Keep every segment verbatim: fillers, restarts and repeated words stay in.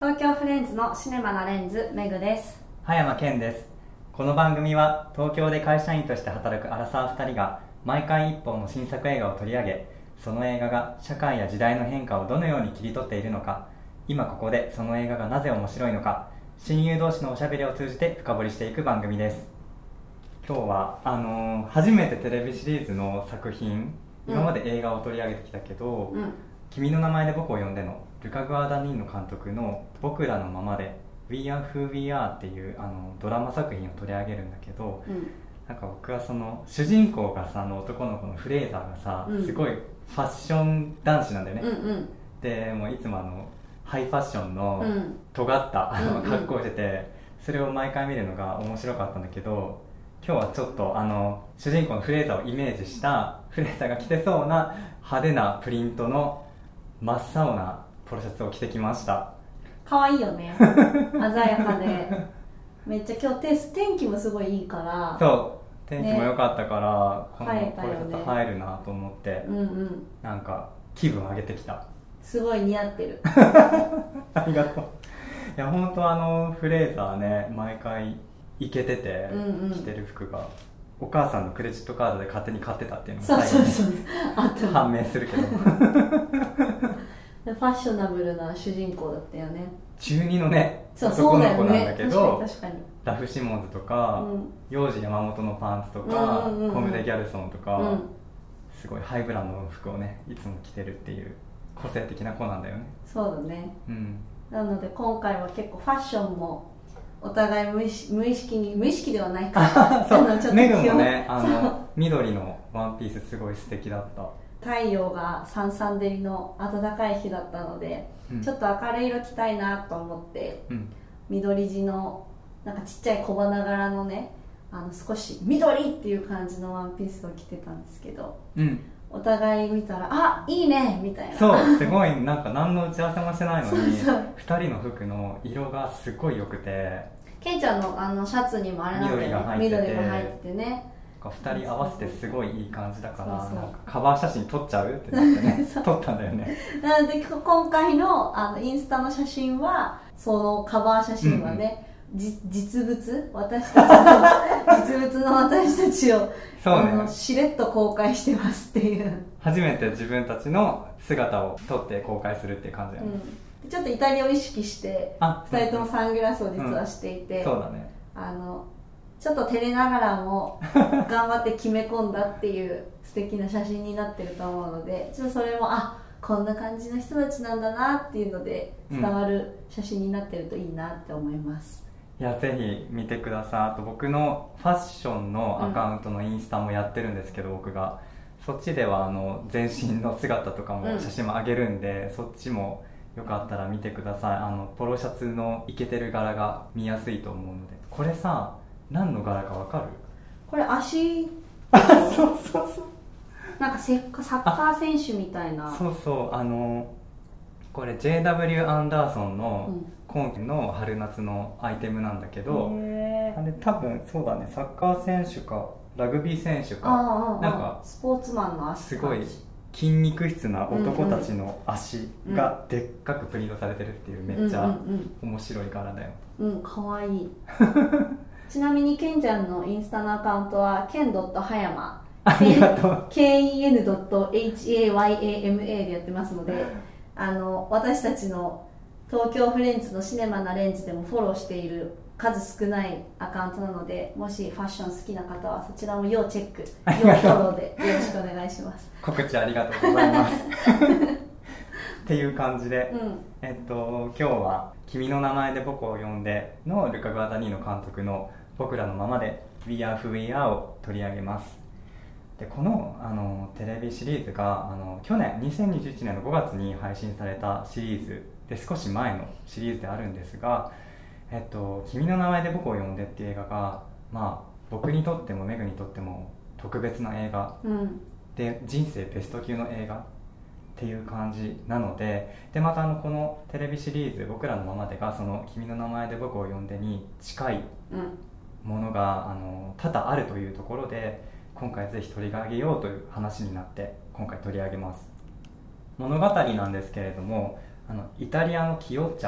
東京フレンズのシネマなレンズメグです。 葉山健です。この番組は東京で会社員として働くアラサーふたりが毎回一本の新作映画を取り上げ、その映画が社会や時代の変化をどのように切り取っているのか、今ここでその映画がなぜ面白いのか、親友同士のおしゃべりを通じて深掘りしていく番組です。今日はあのー、初めてテレビシリーズの作品、今まで映画を取り上げてきたけど、うん、君の名前で僕を呼んでのルカ・グアダニーノ監督の僕らのままで We Are Who We Are っていうあのドラマ作品を取り上げるんだけど、うん、なんか僕はその主人公がさ、あの男の子のフレーザーがさ、うん、すごいファッション男子なんだよね、うんうん、でもういつもあのハイファッションの尖った、うん、格好をしてて、それを毎回見るのが面白かったんだけど、今日はちょっとあの主人公のフレーザーをイメージしたフレーザーが着てそうな派手なプリントの真っ青なポロシャツを着てきました。 可愛いよね鮮やかでめっちゃ今日天気もすごいいいから、 そう天気も良かったから、ね、このポロシャツ入るなと思って、ね、うんうん、なんか気分上げてきた。 すごい似合ってるありがとう。いや本当あのフレーザーね、毎回イケてて、うんうん、着てる服がお母さんのクレジットカードで勝手に買ってたっていうのが最後に判明するけどファッショナブルな主人公だったよね。 中二のね男の子なんだけど、確かに確かにラフ・シモンズとか、うん、幼児山本のパンツとか、うんうんうん、コムデ・ギャルソンとか、うん、すごいハイブランドの服をねいつも着てるっていう個性的な子なんだよね。 そうだね、うん、なので今回は結構ファッションもお互い無意識、無意識に無意識ではないかそうメグもねあの緑のワンピースすごい素敵だった。 太陽がさんさん照りの暖かい日だったので、うん、ちょっと明るい色着たいなと思って、うん、緑地のなんかちっちゃい小花柄のね、あの少し緑っていう感じのワンピースを着てたんですけど、うん、お互い見たらあいいねみたいな。 そうすごいなんか何の打ち合わせもしてないのにそうそうふたりの服の色がすごい良くて、 ケンちゃん の, あのシャツにもあれなんだよね、緑が入ってて、緑が入っててね、 ふたり合わせてすごいいい感じだから、そうそうなんかカバー写真撮っちゃうってなってね撮ったんだよね。 なので今回 の, あのインスタの写真はそのカバー写真はね、うんうん、実物私たちの実物の私たちをそう、ね、あのしれっと公開してますっていう、 初めて自分たちの姿を撮って公開するっていう感じだよね、 うん、ちょっとイタリアを意識してふたりともサングラスを実はしていて、 うんうん、そうだね、 あのちょっと照れながらも頑張って決め込んだっていう素敵な写真になってると思うので、ちょっとそれもあこんな感じの人たちなんだなっていうので伝わる写真になってるといいなって思います、 うん、いやぜひ見てください。あと僕のファッションのアカウントのインスタもやってるんですけど、うん、僕がそっちではあの全身の姿とかも写真も上げるんで、うん、そっちもよかったら見てください。あのポロシャツのイケてる柄が見やすいと思うので。これさ何の柄かわかる？ これ足そうそうそう、 なんかせサッカー選手みたいな。 そうそう、あのこれ ジェイダブリュー アンダーソンの今季の春夏のアイテムなんだけど、うん、あれ多分そうだね、サッカー選手かラグビー選手か、 ああなんかスポーツマンの足、 すごい筋肉質な男たちの足がでっかくプリントされてるっていう、めっちゃ面白い柄だよ。 うん、うん、かわいいちなみにケンちゃんのインスタのアカウントはケンドットハヤマ、 ありがとうケーイーエヌドットエイチエーワイエーエムエー でやってますので、あの私たちの東京フレンズのシネマなレンズでもフォローしている数少ないアカウントなので、もしファッション好きな方はそちらも要チェック、要フォローでよろしくお願いします告知ありがとうございますっていう感じで、うん、えっと今日は君の名前で僕を呼んでのルカ・グアダニーノ監督の僕らのままで We Are Who We Are を取り上げます。でこの、あのテレビシリーズがあの去年にせんにじゅういちねんのごがつに配信されたシリーズで、少し前のシリーズであるんですが、えっと、君の名前で僕を呼んでっていう映画が、まあ、僕にとってもメグにとっても特別な映画、うん、で人生ベスト級の映画っていう感じなので、でまたあのこのテレビシリーズ僕らのままでがその君の名前で僕を呼んでに近いものが、うん、あの多々あるというところで、今回ぜひ取り上げようという話になって今回取り上げます。物語なんですけれども、あのイタリアのキヨッチャ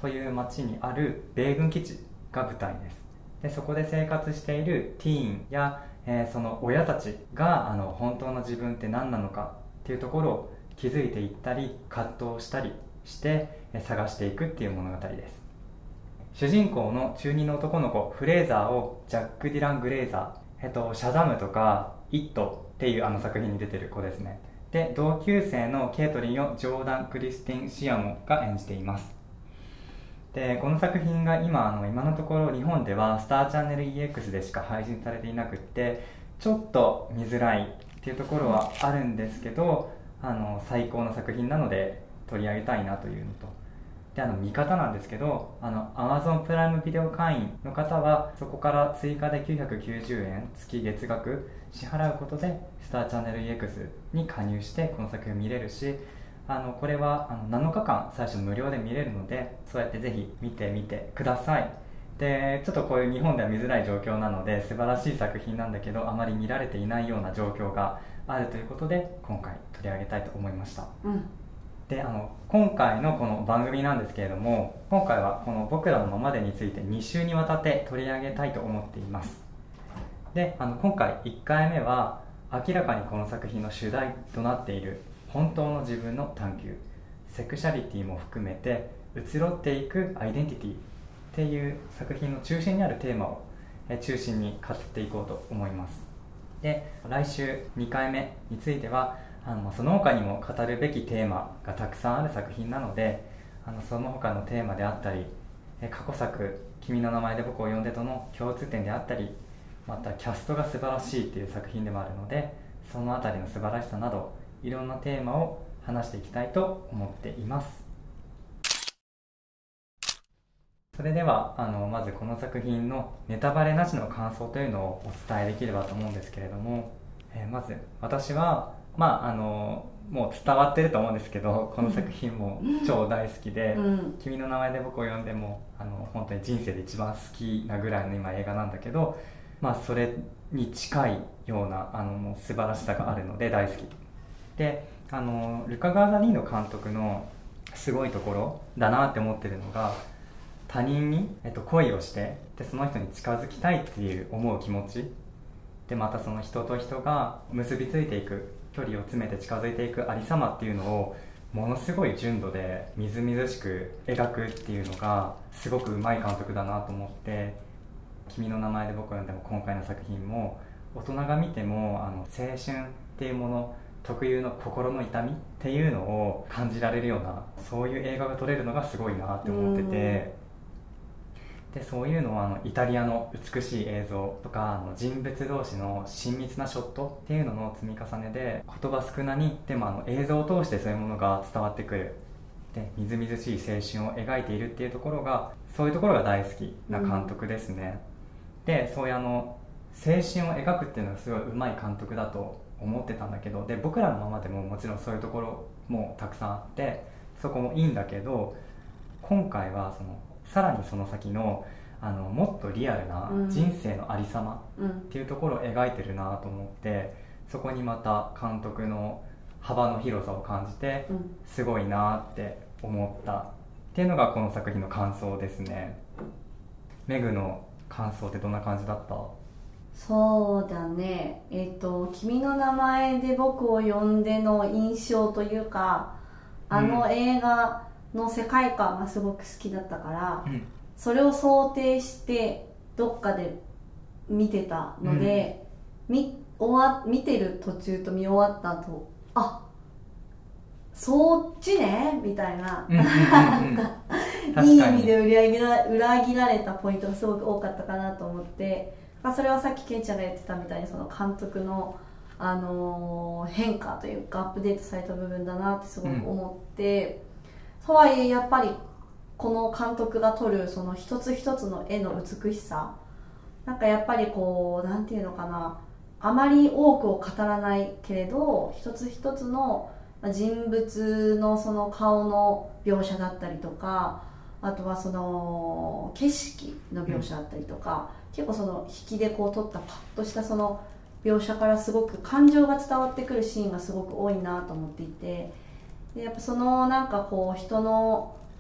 という町にある米軍基地が舞台です。でそこで生活しているティーンや、えー、その親たちがあの本当の自分って何なのかっていうところを気づいていったり葛藤したりして探していくっていう物語です。主人公の中にの男の子フレーザーをジャック・ディラン・グレーザー、えっと、シャザムとかイットっていうあの作品に出てる子ですね。で同級生のケイトリンをジョーダン・クリスティン・シアモが演じています。でこの作品が今あの今のところ日本ではスターチャンネル イーエックス でしか配信されていなくってちょっと見づらいっていうところはあるんですけど、あの最高の作品なので取り上げたいなというのと、であの見方なんですけど、あの Amazon プライムビデオ会員の方はそこから追加できゅうひゃくきゅうじゅうえん月月額支払うことでスターチャンネル イーエックス に加入してこの作品を見れるし、あのこれはあのなのかかん最初無料で見れるので、そうやってぜひ見てみてください。でちょっとこういう日本では見づらい状況なので素晴らしい作品なんだけどあまり見られていないような状況があるということで今回取り上げたいと思いました。うん、であの今回のこの番組なんですけれども、今回はこの僕らのままでについてに週にわたって取り上げたいと思っています。であの今回いっかいめは明らかにこの作品の主題となっている本当の自分の探求、セクシャリティも含めて移ろっていくアイデンティティっていう作品の中心にあるテーマを中心に語っていこうと思います。で来週にかいめについてはあのその他にも語るべきテーマがたくさんある作品なので、あのその他のテーマであったり過去作「君の名前で僕を呼んで」との共通点であったり、またキャストが素晴らしいっていう作品でもあるので、そのあたりの素晴らしさなどいろんなテーマを話していきたいと思っています。それではあのまずこの作品のネタバレなしの感想というのをお伝えできればと思うんですけれども、えー、まず私はまああのもう伝わってると思うんですけど、この作品も超大好きで、うん、君の名前で僕を呼んでもあの本当に人生で一番好きなぐらいの今映画なんだけど、まあそれに近いようなあのもう素晴らしさがあるので大好きで、あのルカ・ガーダリーノ監督のすごいところだなって思ってるのが、他人に、えっと、恋をしてでその人に近づきたいっていう思う気持ちで、またその人と人が結びついていく、距離を詰めて近づいていくありさまっていうのをものすごい純度でみずみずしく描くっていうのがすごくうまい監督だなと思って、君の名前で僕を呼んでも今回の作品も大人が見てもあの青春っていうもの特有の心の痛みっていうのを感じられるような、そういう映画が撮れるのがすごいなって思ってて、でそういうのはあのイタリアの美しい映像とかあの人物同士の親密なショットっていうのの積み重ねで、言葉少なにでもあの映像を通してそういうものが伝わってくる、でみずみずしい青春を描いているっていうところが、そういうところが大好きな監督ですね。うん、でそういうあの青春を描くっていうのがすごいうまい監督だと思ってたんだけど、で僕らのままでももちろんそういうところもたくさんあってそこもいいんだけど、今回はそのさらにその先のあのもっとリアルな人生のありさまっていうところを描いてるなと思って、そこにまた監督の幅の広さを感じてすごいなって思ったっていうのがこの作品の感想ですね。メグの感想ってどんな感じだった？ そうだね、えっと「君の名前で僕を呼んで」の印象というか、あの映画の世界観がすごく好きだったから、うん、それを想定してどっかで見てたので、うん、み終わ見てる途中と見終わった後、あそっちねみたいな、うんうんうんうん、いい意味で裏切ら、裏切られたポイントがすごく多かったかなと思って、それはさっきケイちゃんが言ってたみたいにその監督の、あのー、変化というかアップデートされた部分だなってすごく思って、うん、とはいえやっぱりこの監督が撮るその一つ一つの絵の美しさ、なんかやっぱりこうなんていうのかな、あまり多くを語らないけれど一つ一つの人物のその顔の描写だったりとか、あとはその景色の描写だったりとか、うん、結構その引きでこう撮ったパッとしたその描写からすごく感情が伝わってくるシーンがすごく多いなと思っていて、でやっぱそのなんかこう人の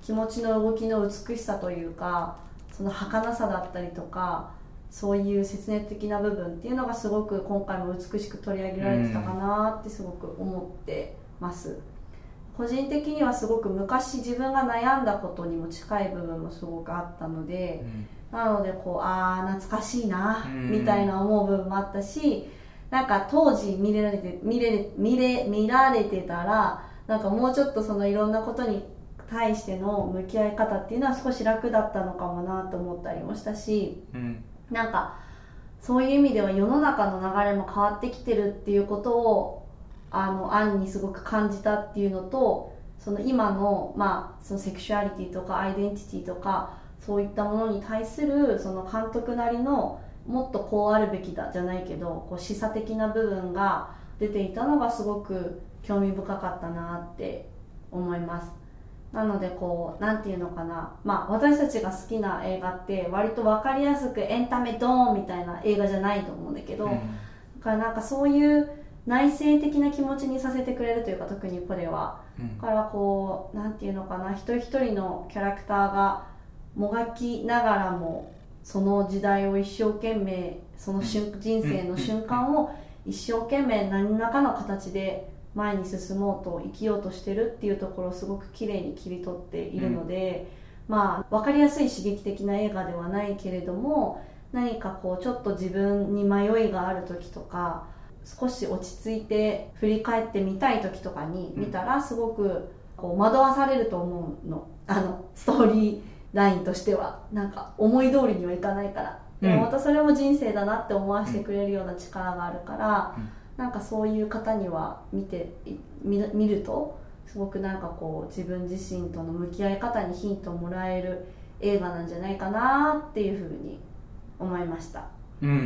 気持ちの動きの美しさというか、その儚さだったりとか、そういう切念的な部分っていうのがすごく今回も美しく取り上げられてたかなってすごく思ってます。個人的にはすごく昔自分が悩んだことにも近い部分もすごくあったので、うん、なのでこうあー懐かしいなみたいな思う部分もあったし、なんか当時見れられて見れ見れ見られてたら、なんかもうちょっとそのいろんなことに対しての向き合い方っていうのは少し楽だったのかもなと思ったりもしたし、うん、なんかそういう意味では世の中の流れも変わってきてるっていうことをあの案にすごく感じたっていうのと、その今の、まあ、そのセクシュアリティとかアイデンティティとかそういったものに対するその監督なりのもっとこうあるべきだじゃないけど、こう示唆的な部分が出ていたのがすごく興味深かったなって思います。なのでこうなんていうのかな、まあ私たちが好きな映画って割と分かりやすくエンタメドーンみたいな映画じゃないと思うんだけど、うん、だからなんかそういう内省的な気持ちにさせてくれるというか、特にこれは、うん、だからこうなんていうのかな、一人一人のキャラクターがもがきながらもその時代を一生懸命、その瞬、うん、人生の瞬間を一生懸命何らかの形で前に進もうと生きようとしてるっていうところをすごく綺麗に切り取っているので、うん、まあ分かりやすい刺激的な映画ではないけれども、何かこうちょっと自分に迷いがある時とか、少し落ち着いて振り返ってみたい時とかに見たらすごくこう惑わされると思うの、あのストーリーラインとしてはなんか思い通りにはいかないから、でもまたそれも人生だなって思わせてくれるような力があるから、うん、なんかそういう方には見て 見, 見るとすごくなんかこう自分自身との向き合い方にヒントをもらえる映画なんじゃないかなっていうふうに思いました。 うん、うん、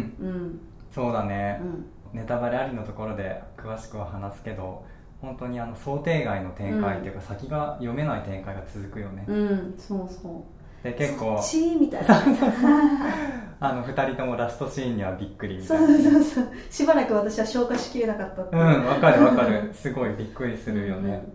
そうだね、うんネタバレありのところで詳しくは話すけど、本当にあの想定外の展開っていうか、うん、先が読めない展開が続くよね。 うん、そうそう。 で結構そっちみたいなあのふたりともラストシーンにはびっくりみたいな。 そうそうそう。しばらく私は消化しきれなかったって。 うん、わかるわかる。すごいびっくりするよね。うん、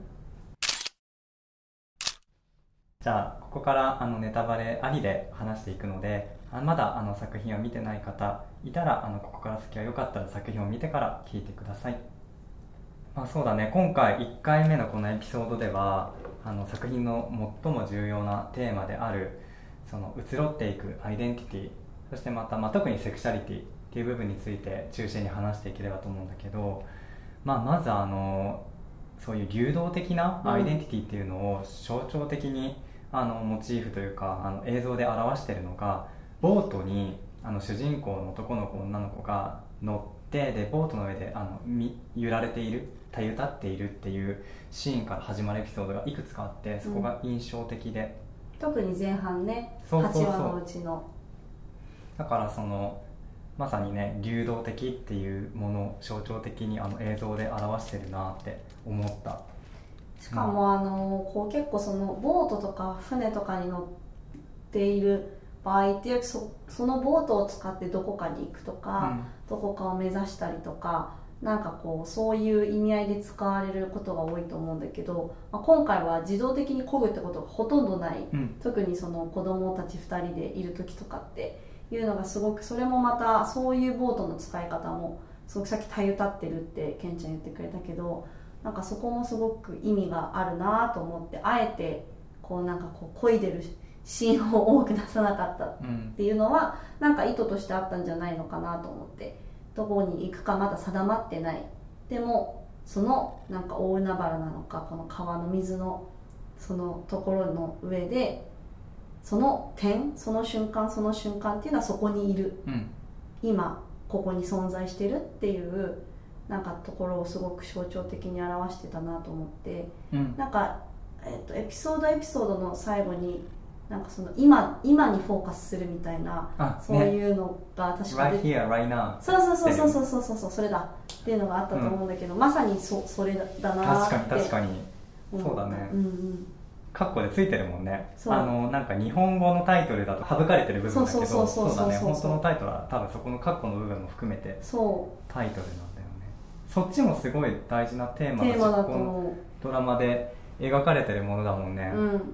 じゃあここからあのネタバレありで話していくので、まだあの作品を見てない方いたら、あのここから先はよかったら作品を見てから聞いてください。まあ、そうだね、今回いっかいめのこのエピソードではあの作品の最も重要なテーマであるその移ろっていくアイデンティティ、そしてまた、まあ、特にセクシャリティっていう部分について中心に話していければと思うんだけど、まあ、まずあのそういう流動的なアイデンティティっていうのを象徴的に、うん、あのモチーフというかあの映像で表しているのが、ボートにあの主人公の男の子女の子が乗って、でボートの上であの揺られている、たゆたっているっていうシーンから始まるエピソードがいくつかあって、そこが印象的で、 うん、特に前半ね、そうそうそう、はちわのうちのだからそのまさにね、流動的っていうものを象徴的にあの映像で表してるなって思った。 しかも、うん、あのこう結構そのボートとか船とかに乗っている場合っていう そ, そのボートを使ってどこかに行くとか、うん、どこかを目指したりとか、なんかこうそういう意味合いで使われることが多いと思うんだけど、まあ、今回は自動的に漕ぐってことがほとんどない、うん、特にその子供たちふたりでいる時とかっていうのがすごく、それもまたそういうボートの使い方もすごく、さっきたゆたってるってケンちゃん言ってくれたけど、なんかそこもすごく意味があるなと思って、あえてこうなんかこう漕いでるシーンを多く出さなかったっていうのは、うん、なんか意図としてあったんじゃないのかなと思って、どこに行くかまだ定まってない、でもそのなんか大海原なのかこの川の水のそのところの上で、その点、その瞬間その瞬間っていうのはそこにいる、うん、今ここに存在してるっていうなんかところをすごく象徴的に表してたなと思って、うん、なんか、えっと、エピソードエピソードの最後になんかその 今, 今にフォーカスするみたいな、そういうのが確かに、 ね、Right here, right now そうそうそうそうそうそうそうそれだっていうのがあったと思うんだけど、うん、まさに そ, それだなって。 確かに確かにそうだね、うんうん、カッコでついてるもんね。あのなんか日本語のタイトルだと省かれてる部分だけど、そうだね、本当のタイトルは多分そこのカッコの部分も含めてそうタイトルなんだよね。そっちもすごい大事なテーマだし、このドラマで描かれてるものだもんね。 うん、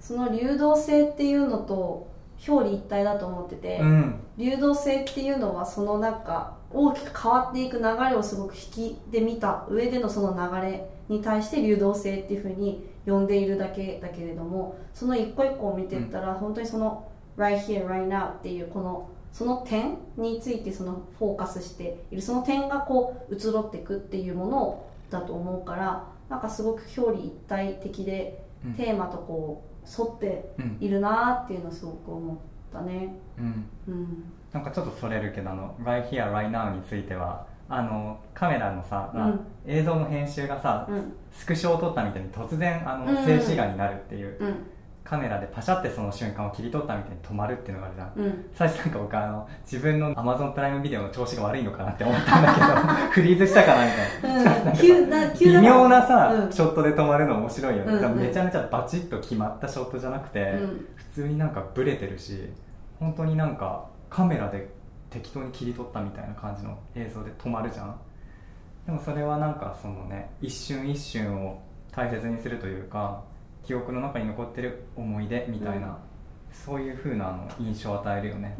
その流動性っていうのと表裏一体だと思ってて、 うん、 流動性っていうのはそのなんか大きく変わっていく流れをすごく引きで見た上でのその流れに対して流動性っていうふうに呼んでいるだけだけれども、その一個一個を見ていったら、うん、本当にその right here right now っていうこのその点についてそのフォーカスしている、その点がこう移ろっていくっていうものだと思うから、なんかすごく表裏一体的で、うん、テーマとこう沿っているなっていうのをすごく思ったね。 うんうん、なんかちょっとそれるけど、あの right here right now についてはあのカメラのさ、うん、映像の編集がさ、うん、スクショを撮ったみたいに突然あの、うんうん、静止画になるっていう、うん、カメラでパシャってその瞬間を切り取ったみたいに止まるっていうのがあるじゃん、うん、最初なんか僕あの自分の Amazon プライムビデオの調子が悪いのかなって思ったんだけどフリーズしたかなみたいな、うん、なんか微妙なさ、うん、ショットで止まるの面白いよね、うんうん、めちゃめちゃバチッと決まったショットじゃなくて、うん、普通になんかブレてるし、本当になんかカメラで適当に切り取ったみたいな感じの映像で止まるじゃん。でもそれはなんかそのね、一瞬一瞬を大切にするというか、記憶の中に残ってる思い出みたいな、うん、そういう風なあの印象を与えるよね。うん、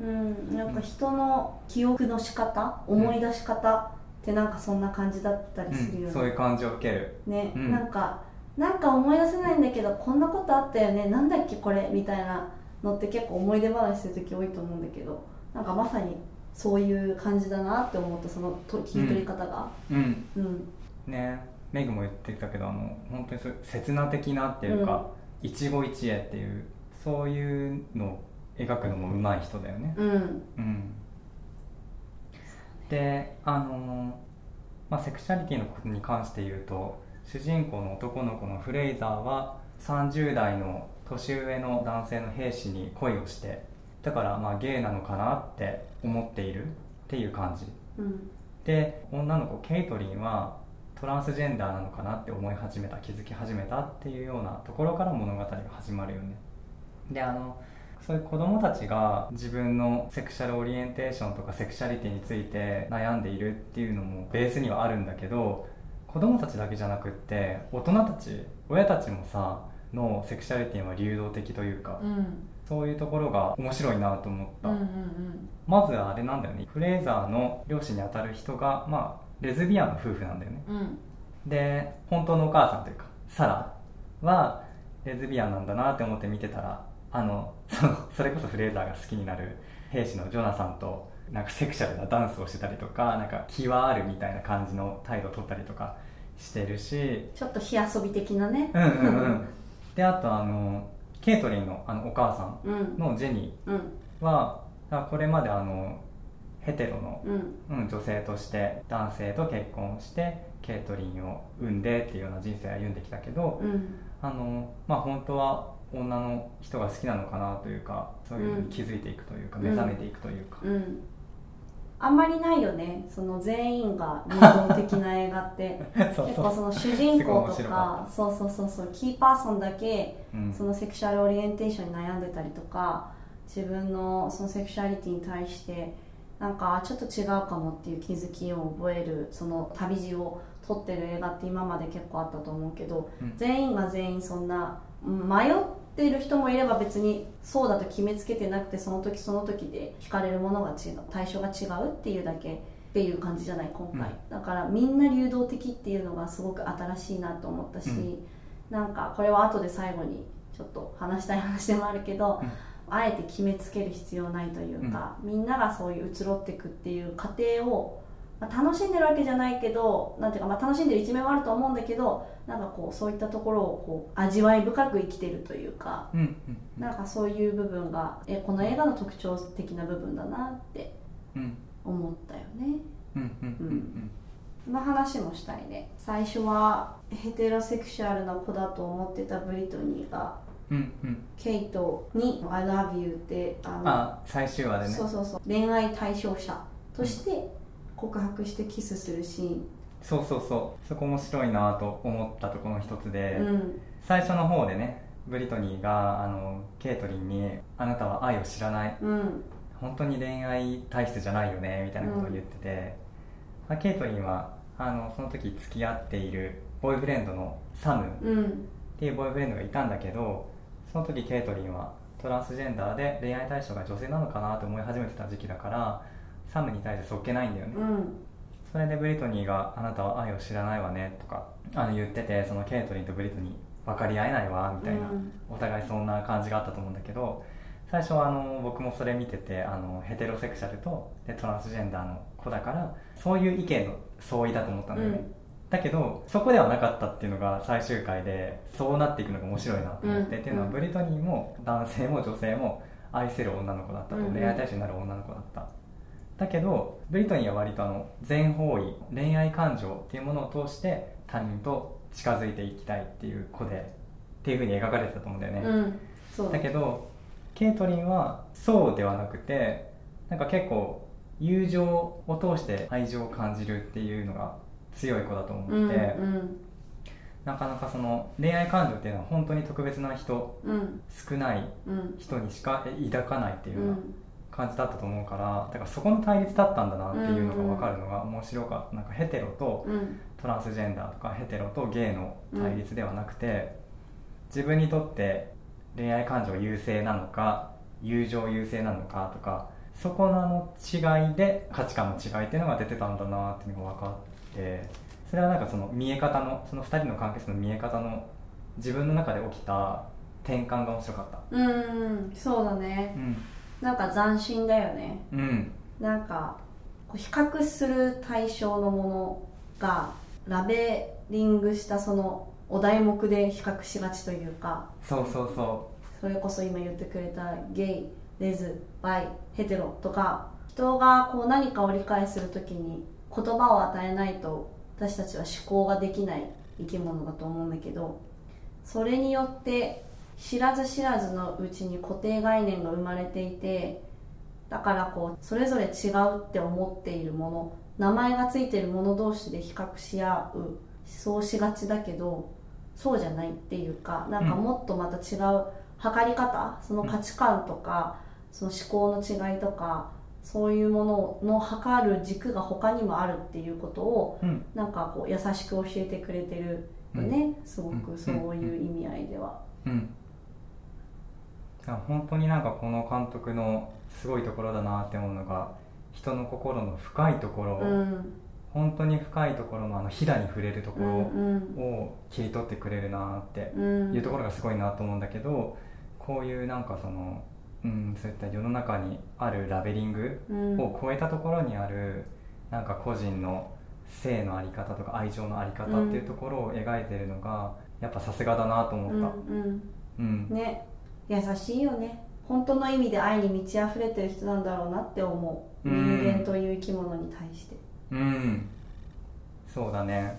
なんか人の記憶の仕方、うん、思い出し方ってなんかそんな感じだったりするよね、 うん、そういう感じを受けるね、うん、なんかなんか思い出せないんだけどこんなことあったよね、なんだっけこれみたいなのって結構思い出話する時多いと思うんだけど、なんかまさにそういう感じだなって思った、その切り取り方が、 うんうん、ね、メグも言ってたけど、あの本当に刹那的なっていうか、うん、一期一会っていうそういうのを描くのも上手い人だよね。うんうん、であの、まあ、セクシャリティのことに関して言うと、主人公の男の子のフレイザーはさんじゅう代の年上の男性の兵士に恋をして、だからまあゲイなのかなって思っているっていう感じ、うん、で女の子ケイトリンはトランスジェンダーなのかなって思い始めた、気づき始めたっていうようなところから物語が始まるよね。であのそういう子供たちが自分のセクシャルオリエンテーションとかセクシャリティについて悩んでいるっていうのもベースにはあるんだけど、子供たちだけじゃなくって大人たち、親たちもさのセクシャリティは流動的というか、うん、そういうところが面白いなと思った、うんうんうん、まずはあれなんだよね、フレイザーの両親にあたる人が、まあ、レズビアンの夫婦なんだよね、うん、で本当のお母さんというかサラはレズビアンなんだなって思って見てたら、あの そ, それこそフレイザーが好きになる兵士のジョナサンとなんかセクシャルなダンスをしてたりとか、なんか気はあるみたいな感じの態度を取ったりとかしてるし、 ちょっと火遊び的なね、 うんうんうんであとあのケイトリン の, あのお母さんのジェニーは、うん、これまであのヘテロの、うんうん、女性として男性と結婚してケイトリンを産んでっていうような人生を歩んできたけど、うん、あのまあ、本当は女の人が好きなのかなというか、そういうのに気づいていくというか、うん、目覚めていくというか、うんうん、 あんまりないよね、その全員が流動的な映画ってそうそう、結構その主人公とかそうそうそうそうキーパーソンだけ、うん、そのセクシャルオリエンテーションに悩んでたりとか、自分のそのセクシャリティに対してなんかちょっと違うかもっていう気づきを覚える、その旅路を撮ってる映画って今まで結構あったと思うけど、うん、全員が全員そんな迷っている人もいれば別にそうだと決めつけてなくて、その時その時で惹かれるものが違う、対象が違うっていうだけっていう感じじゃない今回、うん、だからみんな流動的っていうのがすごく新しいなと思ったし、うん、なんかこれは後で最後にちょっと話したい話でもあるけど、うん、あえて決めつける必要ないというか、うん、みんながそういう移ろっていくっていう過程を、まあ、楽しんでるわけじゃないけど、なんていうか、まあ、楽しんでる一面はあると思うんだけど、なんかこうそういったところをこう味わい深く生きてるというか、うんうんうん、なんかそういう部分がえこの映画の特徴的な部分だなって思ったよね。その話もしたいね。最初はヘテロセクシュアルな子だと思ってたブリトニーが、うんうん、ケイトに I love you ってあのあ最終話でね、 そうそうそう、恋愛対象者として告白してキスするシーン、うん、 そうそうそう、そこ面白いなと思ったところの一つで、うん、最初の方でね、ブリトニーがあのケイトリンにあなたは愛を知らない、うん、本当に恋愛体質じゃないよねみたいなことを言ってて、うん、ケイトリンはあのその時付き合っているボーイフレンドのサムっていうボーイフレンドがいたんだけど、 その時ケイトリンはトランスジェンダーで恋愛対象が女性なのかなと思い始めてた時期だから、サムに対してそっけないんだよね、 うん、 それでブリトニーがあなたは愛を知らないわねとかあの言ってて、そのケイトリンとブリトニー分かり合えないわみたいな、うん、お互いそんな感じがあったと思うんだけど、最初はあの僕もそれ見てて、あのヘテロセクシャルとでトランスジェンダーの子だからそういう意見の相違だと思ったんだよね、うん、だけどそこではなかったっていうのが最終回で、そうなっていくのが面白いなと思って、うん、っていうのはブリトニーも男性も女性も愛せる女の子だったと、うん、恋愛対象になる女の子だった。だけどブリトニーは割とあの全方位恋愛感情っていうものを通して他人と近づいていきたいっていう子でっていう風に描かれてたと思うんだよね、うん、そうだけどケイトリンはそうではなくて、なんか結構友情を通して愛情を感じるっていうのが強い子だと思って、うんうん、なかなかその恋愛感情っていうのは本当に特別な人、うん、少ない人にしか抱かないっていうような感じだったと思うから、だからそこの対立だったんだなっていうのが分かるのが面白かった。なんかヘテロとトランスジェンダーとかヘテロとゲイの対立ではなくて、自分にとって恋愛感情優勢なのか友情優勢なのかとか、そこの違いで価値観の違いっていうのが出てたんだなっていうのが分かって、それはなんかその見え方のそのふたりの関係性の見え方の自分の中で起きた転換が面白かった。 うん、そうだね、うん、なんか斬新だよね、うん、なんか比較する対象のものがラベリングしたそのお題目で比較しがちというか、 そうそうそう、 それこそ今言ってくれたゲイ、レズ、バイ、ヘテロとか、人がこう何かを理解するときに言葉を与えないと私たちは思考ができない生き物だと思うんだけど、それによって知らず知らずのうちに固定概念が生まれていて、だからこうそれぞれ違うって思っているもの、名前がついているもの同士で比較し合う、そうしがちだけどそうじゃないっていうか、なんかもっとまた違う測り方、その価値観とか、その思考の違いとか、そういうものの測る軸が他にもあるっていうことを、うん、なんかこう優しく教えてくれてるよね、うん、すごくそういう意味合いでは、うんうんうん、本当になんかこの監督のすごいところだなって思うのが、人の心の深いところ、うん、本当に深いところのあのひだに触れるところを切り取ってくれるなっていうところがすごいなと思うんだけど、こういうなんかその、うん、そういった世の中にあるラベリングを超えたところにあるなんか個人の性の在り方とか愛情の在り方っていうところを描いてるのがやっぱさすがだなと思った、うんうんうん、ね、優しいよね。本当の意味で愛に満ち溢れてる人なんだろうなって思う、人間という生き物に対して。 うん、そうだね、うん、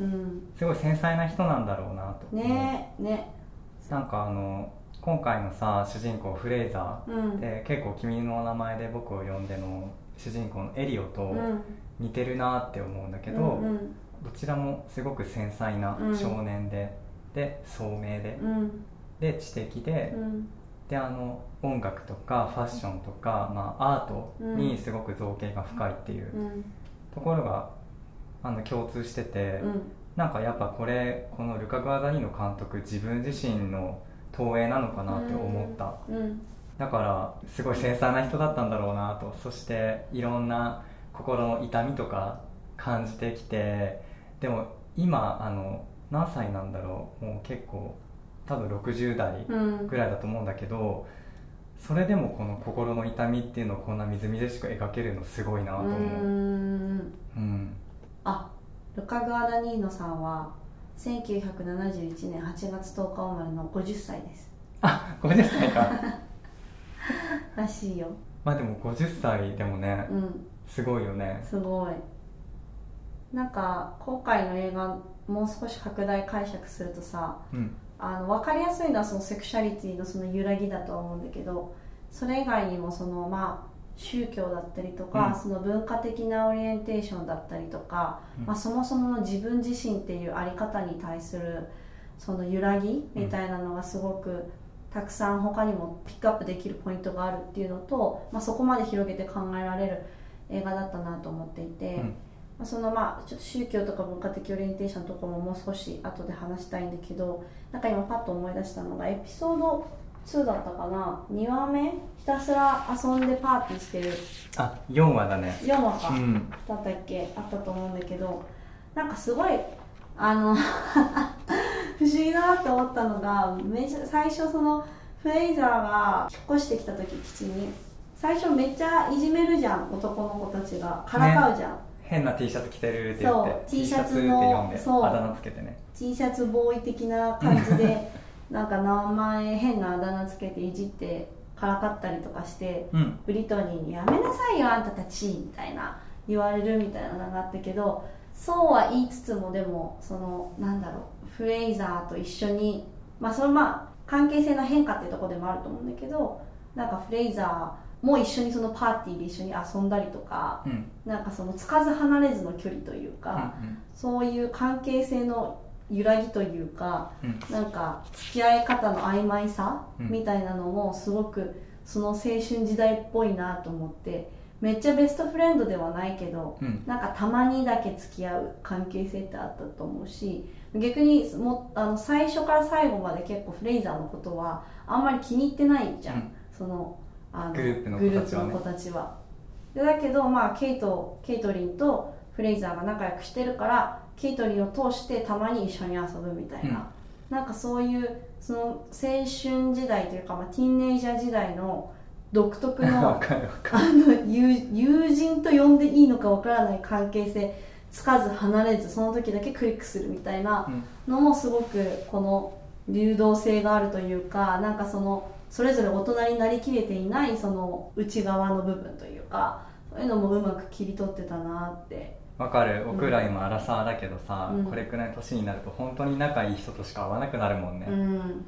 すごい繊細な人なんだろうなと思う。 ねえね、 なんかあの今回のさ主人公フレイザーで、うん、結構君の名前で僕を呼んでの主人公のエリオと似てるなって思うんだけど、うんうん、どちらもすごく繊細な少年で、うん、で聡明で、うん、で知的で、うん、であの音楽とかファッションとか、まあ、アートにすごく造形が深いっていうところがあの共通してて、うん、なんかやっぱこれこのルカ・グアダニーノ監督自分自身の投影なのかなって思った、うんうん、だからすごい繊細な人だったんだろうなと。そしていろんな心の痛みとか感じてきて、でも今あの何歳なんだろう、もう結構多分ろくじゅう代ぐらいだと思うんだけど、うん、それでもこの心の痛みっていうのをこんなみずみずしく描けるのすごいなと思う。うーん、うん、 あ、ルカ・グアダニーノさんはせんきゅうひゃくななじゅういちねんはちがつとおか生まれのごじゅっさいです。 あ、ごじゅっさいからしいよ。 まあでもごじゅっさいでもね、うん、すごいよね。 すごい。なんか今回の映画もう少し拡大解釈するとさ、うん、あの分かりやすいのはそのセクシャリティのその揺らぎだとは思うんだけど、それ以外にもそのまあ宗教だったりとか、うん、その文化的なオリエンテーションだったりとか、うん、まあ、そもそもの自分自身っていうあり方に対するその揺らぎみたいなのがすごくたくさん他にもピックアップできるポイントがあるっていうのと、まあ、そこまで広げて考えられる映画だったなと思っていて、うん、まあ、そのまあちょっと宗教とか文化的オリエンテーションとかももう少し後で話したいんだけど、なんか今パッと思い出したのがエピソードにだったかな、にわめひたすら遊んでパーティーしてる、 あ、よんわだね、 よんわか、 うん、 だったっけ、あったと思うんだけど、なんかすごいあの不思議だなって思ったのが、めちゃ最初そのフレイザーが引っ越してきた時、基地に最初めっちゃいじめるじゃん、男の子たちがからかうじゃん、ね、 変な T シャツ着てるって言って、 T シャツの T シャツって読んであだ名つけてね、 T シャツボーイ的な感じでなんか名前変なあだ名つけていじってからかったりとかして、うん、ブリトニーにやめなさいよあんたたちみたいな言われるみたいなのがあったけど、そうは言いつつもでもそのなんだろう、フレイザーと一緒に、まあそのまあ関係性の変化っていうところでもあると思うんだけど、なんかフレイザーも一緒にそのパーティーで一緒に遊んだりとか、うん、なんかそのつかず離れずの距離というか、うんうん、そういう関係性の揺らぎというか、うん、なんか付き合い方の曖昧さみたいなのもすごくその青春時代っぽいなと思って、めっちゃベストフレンドではないけど、うん、なんかたまにだけ付き合う関係性ってあったと思うし、逆にもあの最初から最後まで結構フレイザーのことはあんまり気に入ってないじゃん、うん、そのあのグループの子たちは、でだけど、まあ、ケイト、ケイトリンとフレイザーが仲良くしてるからケイトリンを通してたまに一緒に遊ぶみたいな、うん、なんかそういうその青春時代というか、まあ、ティーンエイジャー時代の独特のあの 友, 友人と呼んでいいのかわからない関係性、つかず離れずその時だけクリックするみたいなのもすごくこの流動性があるというか、なんかそのそれぞれ大人になりきれていないその内側の部分というか、そういうのもうまく切り取ってたなって。 わかる、僕ら今アラサーだけどさ、うん、これくらい年になると本当に仲いい人としか会わなくなるもんね。 うん、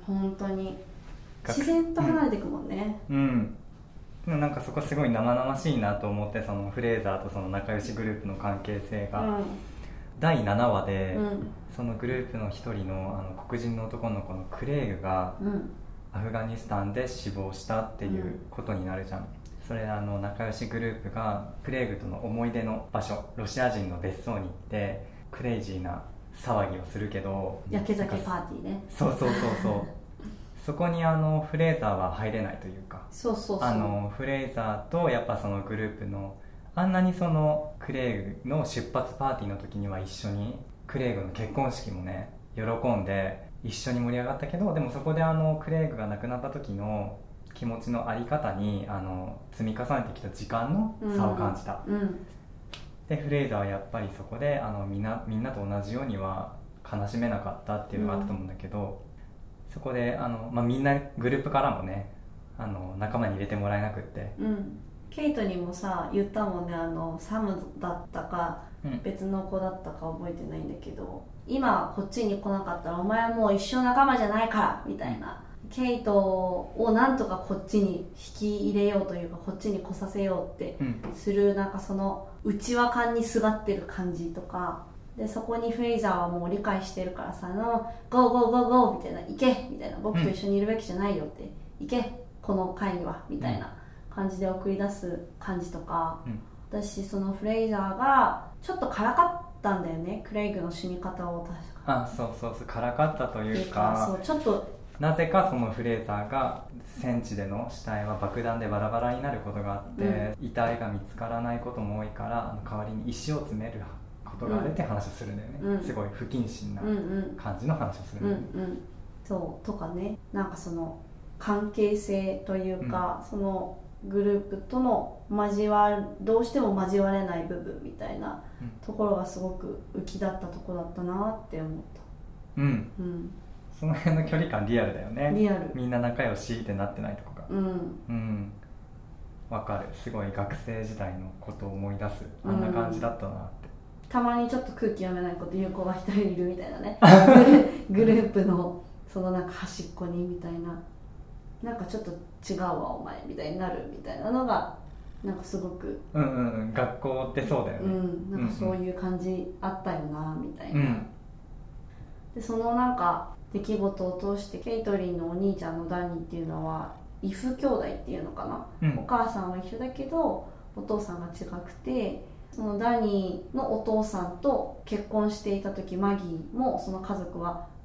本当に自然と離れていくもんね。 うん、うんでもなんかそこすごい生々しいなと思って、そのフレーザーとその仲良しグループの関係性が、うん、だいななわで、うん、そのグループの一人 の, あの黒人の男の子のクレイグが、うん、アフガニスタンで死亡したっていうことになるじゃん、うん、それあの仲良しグループがクレイグとの思い出の場所、ロシア人の別荘に行ってクレイジーな騒ぎをするけど、 焼け酒パーティーね。 そうそうそうそうそこにあのフレーザーは入れないというか、 そうそうそう、 あのフレーザーとやっぱそのグループのあんなにそのクレイグの出発パーティーの時には一緒にクレイグの結婚式もね喜んで一緒に盛り上がったけど、でもそこであのクレイグが亡くなった時の気持ちの在り方にあの積み重ねてきた時間の差を感じた、うんうん、でフレーザーはやっぱりそこであのみんなみんなと同じようには悲しめなかったっていうのがあったと思うんだけど、うんそこであの、まあ、みんなグループからもねあの仲間に入れてもらえなくって、 うん、ケイトにもさ言ったもんね、あのサムだったか、うん、別の子だったか覚えてないんだけど、今こっちに来なかったらお前はもう一生仲間じゃないからみたいな、ケイトをなんとかこっちに引き入れようというかこっちに来させようってする、うん、なんかその内輪感にすがってる感じとかで、そこにフレイザーはもう理解してるからさ、のゴーゴーゴーゴーみたいな、行けみたいな、僕と一緒にいるべきじゃないよって、うん、行けこの会にはみたいな感じで送り出す感じとか、うん、私そのフレイザーがちょっとからかったんだよね、クレイグの死に方を。確かあそうそうそうからかったというか、 そうちょっとなぜかそのフレーザーが戦地での死体は爆弾でバラバラになることがあって、うん、遺体が見つからないことも多いからあの代わりに石を詰めることがあるって話をするんだよね、うん、すごい不謹慎な感じの話をするんだよね、うんうんうん、 そうとかね、なんかその関係性というか、うん、そのグループとの交わどうしても交われない部分みたいなところがすごく浮き立ったところだったなって思った。 うん、うんその辺の距離感リアルだよね。 リアル。 みんな仲良しってなってないとこが。うん。うん。わかる。すごい学生時代のことを思い出す。あんな感じだったなって。 うん、たまにちょっと空気読めないこと言う子が一人いるみたいなね。グループのそのなんか端っこにみたいな。なんかちょっと違うわお前みたいになるみたいなのがなんかすごく。 うんうんうん。学校ってそうだよね。 うん。なんかそういう感じあったよなみたいな。うん、でそのなんか。出来事を通してケイトリンのお兄ちゃんのダニーっていうのは異父兄弟っていうのかな、うん、お母さんは一緒だけどお父さんが違くて、そのダニーのお父さんと結婚していた時マギーもその家族は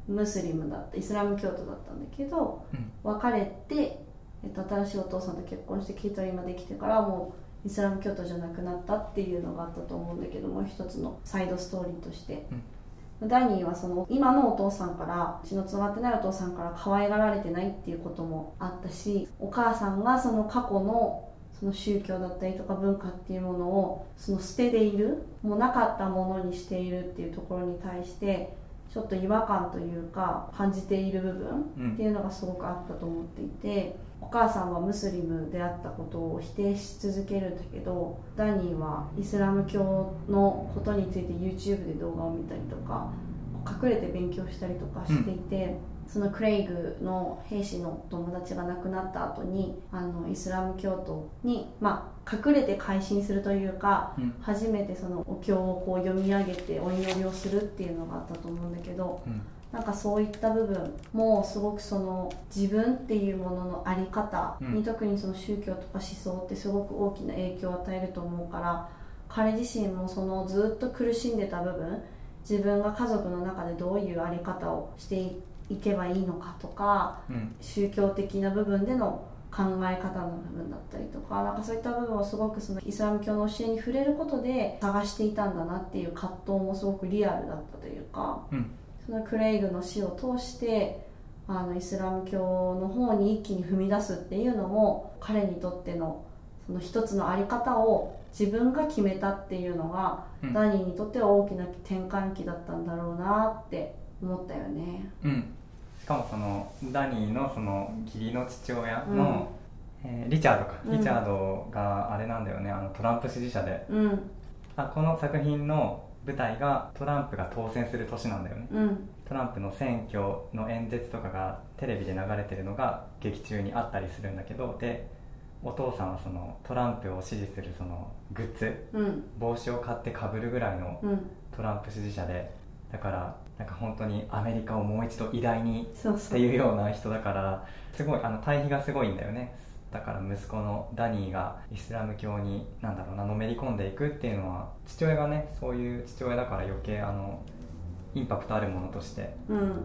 ムスリムだったイスラム教徒だったんだけど、うん、別れて、えっと、新しいお父さんと結婚してケイトリンができてからもうイスラム教徒じゃなくなったっていうのがあったと思うんだけども、一つのサイドストーリーとして、うん、ダニーはその今のお父さんから血のつながってないお父さんから可愛がられてないっていうこともあったし、お母さんがその過去のその宗教だったりとか文化っていうものをその捨てている、もうなかったものにしているっていうところに対してちょっと違和感というか感じている部分っていうのがすごくあったと思っていて、お母さんはムスリムであったことを否定し続けるんだけど、ダニーはイスラム教のことについて YouTube で動画を見たりとか隠れて勉強したりとかしていて、うんそのクレイグの兵士の友達が亡くなった後にあのイスラム教徒に、まあ、隠れて改心するというか、うん、初めてそのお経をこう読み上げてお祈りをするっていうのがあったと思うんだけど、うん、なんかそういった部分もすごくその自分っていうものの在り方に、うん、特にその宗教とか思想ってすごく大きな影響を与えると思うから、彼自身もそのずっと苦しんでた部分、自分が家族の中でどういう在り方をしていていけばいいのかとか、うん、宗教的な部分での考え方の部分だったりとか、なんかそういった部分をすごくそのイスラム教の教えに触れることで探していたんだなっていう葛藤もすごくリアルだったというか、うん、そのクレイグの死を通してあのイスラム教の方に一気に踏み出すっていうのも彼にとってのその一つの在り方を自分が決めたっていうのが、うん、ダニーにとっては大きな転換期だったんだろうなって思ったよね。 うん、しかもそのダニーのその義理の父親の、うんえー、リチャードか、うん、リチャードがあれなんだよね、あのトランプ支持者で、うん、あこの作品の舞台がトランプが当選する年なんだよね、うん、トランプの選挙の演説とかがテレビで流れてるのが劇中にあったりするんだけど、でお父さんはそのトランプを支持するそのグッズ、うん、帽子を買ってかぶるぐらいのトランプ支持者で、だからなんか本当にアメリカをもう一度偉大にっていうような人だから、すごいあの対比がすごいんだよね。だから息子のダニーがイスラム教になんだろうなのめり込んでいくっていうのは、父親がねそういう父親だから余計あのインパクトあるものとして、うんうん、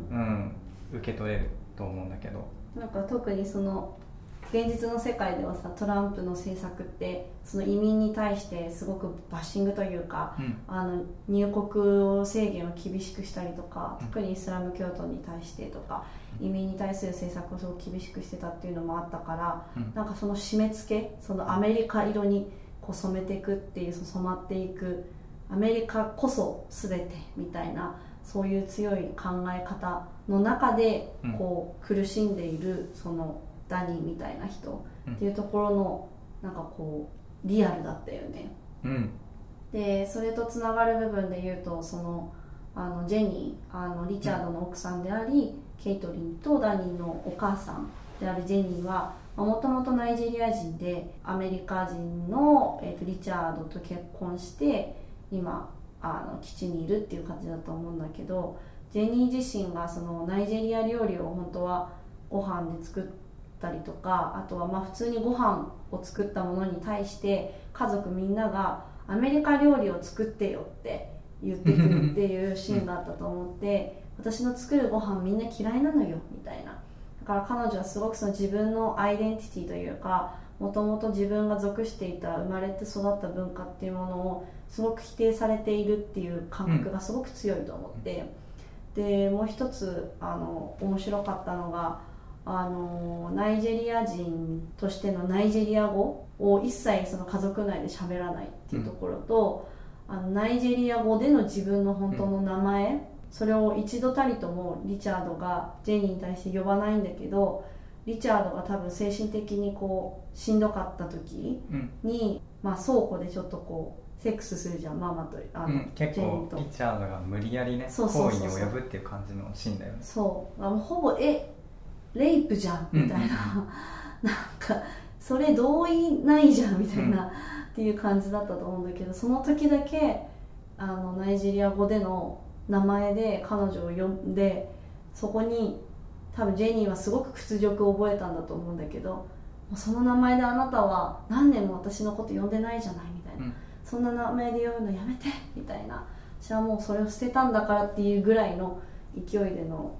受け取れると思うんだけど、 なんか特にその現実の世界ではさ、トランプの政策ってその移民に対してすごくバッシングというか、うん、あの入国制限を厳しくしたりとか、特にイスラム教徒に対してとか、移民に対する政策をすごく厳しくしてたっていうのもあったから、うん、なんかその締め付け、そのアメリカ色にこう染めていくっていう、その染まっていくアメリカこそ全てみたいな、そういう強い考え方の中でこう苦しんでいるそのダニーみたいな人っていうところのなんかこうリアルだったよね、うん、でそれとつながる部分で言うと、そのあのジェニー、あのリチャードの奥さんであり、うん、ケイトリンとダニーのお母さんであるジェニーはもともとナイジェリア人でアメリカ人の、えー、とリチャードと結婚して今あの基地にいるっていう感じだと思うんだけど、ジェニー自身がそのナイジェリア料理を本当はご飯で作ったりとか、あとはまあ普通にご飯を作ったものに対して家族みんながアメリカ料理を作ってよって言ってくるっていうシーンがあったと思って私の作るご飯みんな嫌いなのよみたいな。だから彼女はすごくその自分のアイデンティティというか、もともと自分が属していた生まれて育った文化っていうものをすごく否定されているっていう感覚がすごく強いと思って、うん、でもう一つあの面白かったのが、あのナイジェリア人としてのナイジェリア語を一切その家族内で喋らないっていうところと、うん、あのナイジェリア語での自分の本当の名前、うん、それを一度たりともリチャードがジェニーに対して呼ばないんだけど、リチャードが多分精神的にこうしんどかった時に、うん、まあ倉庫でちょっとこうセックスするじゃん、ママとあの、うん、 結構リチャードが無理やりね行為に及ぶっていう感じのシーンだよね。 そうあのほぼえレイプじゃんみたいな、うん、なんかそれ同意ないじゃんみたいな、うん、っていう感じだったと思うんだけど、その時だけあのナイジェリア語での名前で彼女を呼んで、そこに多分ジェニーはすごく屈辱を覚えたんだと思うんだけど、その名前であなたは何年も私のこと呼んでないじゃないみたいな、うん、そんな名前で呼ぶのやめてみたいな、私はもうそれを捨てたんだからっていうぐらいの勢いでの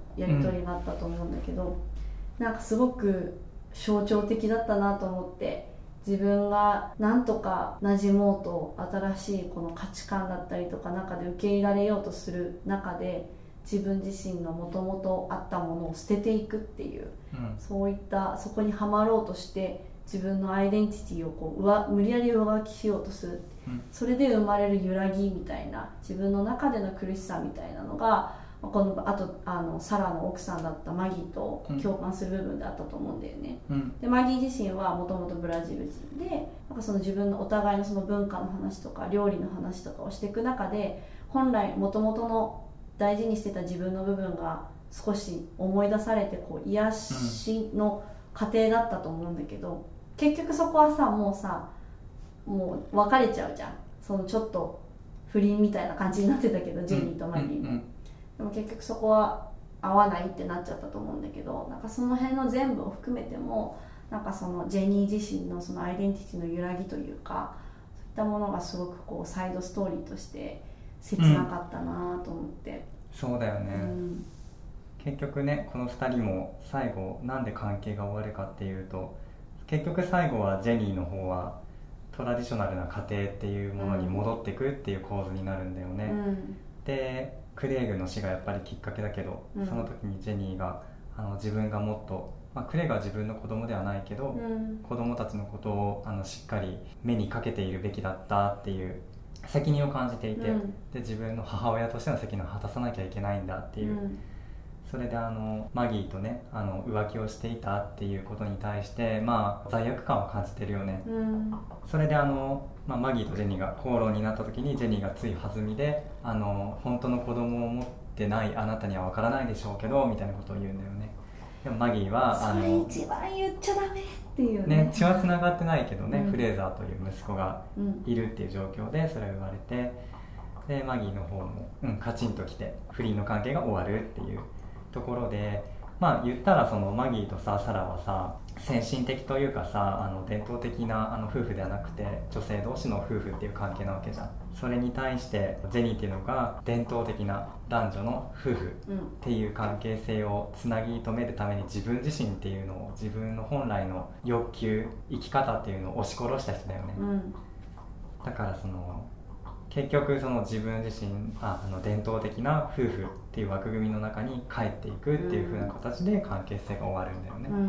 やり取りがあったと思うんだけど、うん、なんかすごく象徴的だったなと思って、自分がなんとか馴染もうと新しいこの価値観だったりとか中で受け入れられようとする中で、自分自身のもともとあったものを捨てていくっていう、うん、そういったそこにはまろうとして自分のアイデンティティをこう上無理やり上書きしようとする、うん、それで生まれる揺らぎみたいな、自分の中での苦しさみたいなのがこのあとあのサラの奥さんだったマギーと共感する部分であったと思うんだよね、うん、でマギー自身はもともとブラジル人で、なんかその自分のお互いのその文化の話とか料理の話とかをしていく中で、本来もともとの大事にしてた自分の部分が少し思い出されて、こう癒しの過程だったと思うんだけど、結局そこはさもうさもう別れちゃうじゃん。そのちょっと不倫みたいな感じになってたけど、ジェニーとマギーも、うんうんうん、でも結局そこは合わないってなっちゃったと思うんだけど、なんかその辺の全部を含めても、なんかそのジェニー自身のそのアイデンティティの揺らぎというか、そういったものがすごくこうサイドストーリーとして切なかったなと思って、 うん、そうだよね、うん、結局ねこのふたりも最後なんで関係が終わるかっていうと、結局最後はジェニーの方はトラディショナルな家庭っていうものに戻ってくっていう構図になるんだよね、うん、でクレイグの死がやっぱりきっかけだけど、うん、その時にジェニーがあの自分がもっと、まあ、クレイグは自分の子供ではないけど、うん、子供たちのことをあのしっかり目にかけているべきだったっていう責任を感じていて、うん、で自分の母親としての責任を果たさなきゃいけないんだっていう、うん、それであのマギーとねあの浮気をしていたっていうことに対してまあ罪悪感を感じてるよね、うん、それであの、まあ、マギーとジェニーが口論になった時にジェニーがつい弾みであの本当の子供を持ってないあなたには分からないでしょうけどみたいなことを言うんだよね。でもマギーはあのそれ一番言っちゃダメっていうね, ね血はつながってないけどね、うん、フレーザーという息子がいるっていう状況でそれを言われて、でマギーの方も、うん、カチンときて不倫の関係が終わるっていうところで、まあ言ったらそのマギーとさサラはさ先進的というかさあの伝統的なあの夫婦ではなくて女性同士の夫婦っていう関係なわけじゃん。それに対してジェニーっていうのが伝統的な男女の夫婦っていう関係性をつなぎ止めるために自分自身っていうのを自分の本来の欲求生き方っていうのを押し殺した人だよね、うん、だからその結局その自分自身 あ, あの伝統的な夫婦っていう枠組みの中に帰っていくっていう風な形で関係性が終わるんだよね、うん、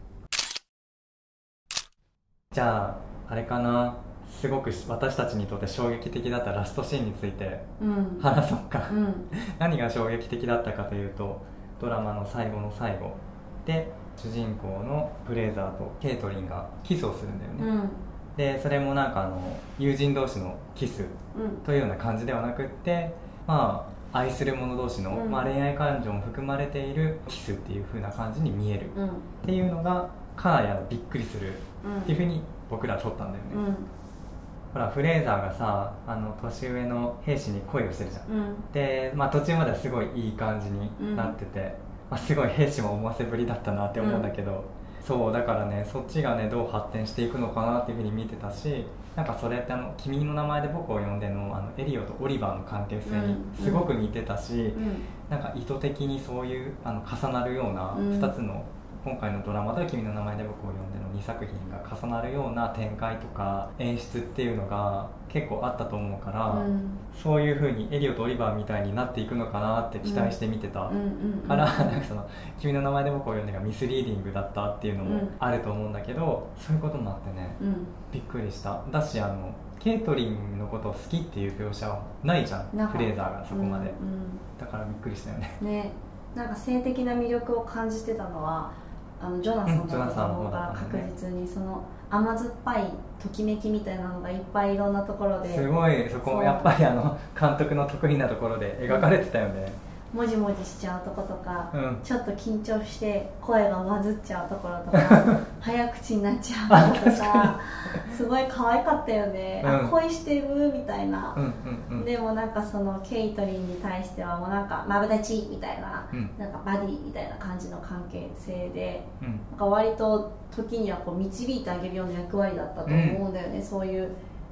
じゃああれかな、すごく私たちにとって衝撃的だったラストシーンについて話そうか、うんうん、何が衝撃的だったかというと、ドラマの最後の最後で主人公のフレーザーとケイトリンがキスをするんだよね、うん、でそれもなんかあの友人同士のキスというような感じではなくって、まあ、愛する者同士の、うんまあ、恋愛感情も含まれているキスっていう風な感じに見える、うん、っていうのがかなりあのびっくりするっていう風に僕らは撮ったんだよね、うん、ほらフレーザーがさあの年上の兵士に恋をしてるじゃん、うん、で、まあ、途中まではすごいいい感じになってて、うんまあ、すごい兵士も思わせぶりだったなって思うんだけど、うん、そうだからねそっちがねどう発展していくのかなっていう風に見てたし、なんかそれってあの君の名前で僕を呼んで の, あのエリオとオリバーの関係性にすごく似てたし、うんうん、なんか意図的にそういうあの重なるようなふたつの、うん、今回のドラマでは君の名前で僕を呼んでのにさく品が重なるような展開とか演出っていうのが結構あったと思うから、うん、そういう風にエリオとオリバーみたいになっていくのかなって期待して見てたから、なんかその君の名前で僕を呼んでがミスリーディングだったっていうのもあると思うんだけど、そういうこともあってね、うん、びっくりした。だしあのケイトリンのことを好きっていう描写はないじゃん、フレーザーがそこまで、うんうん、だからびっくりしたよね。 ね、なんか性的な魅力を感じてたのはあのジョナサンの方が確実にその甘酸っぱいときめきみたいなのがいっぱいいろんなところですごいそこもやっぱりあの監督の得意なところで描かれてたよね、 うん、もじもじしちゃうとことか、うん、ちょっと緊張して声がまずっちゃうところとか早口になっちゃうところとかすごい可愛かったよね、うん、あ恋してるみたいな、うんうんうん、でもなんかそのケイトリンに対してはもうなんかマブダチみたいな、うん、なんかバディみたいな感じの関係性で、うん、なんか割と時にはこう導いてあげるような役割だったと思うんだよね、うん、そういう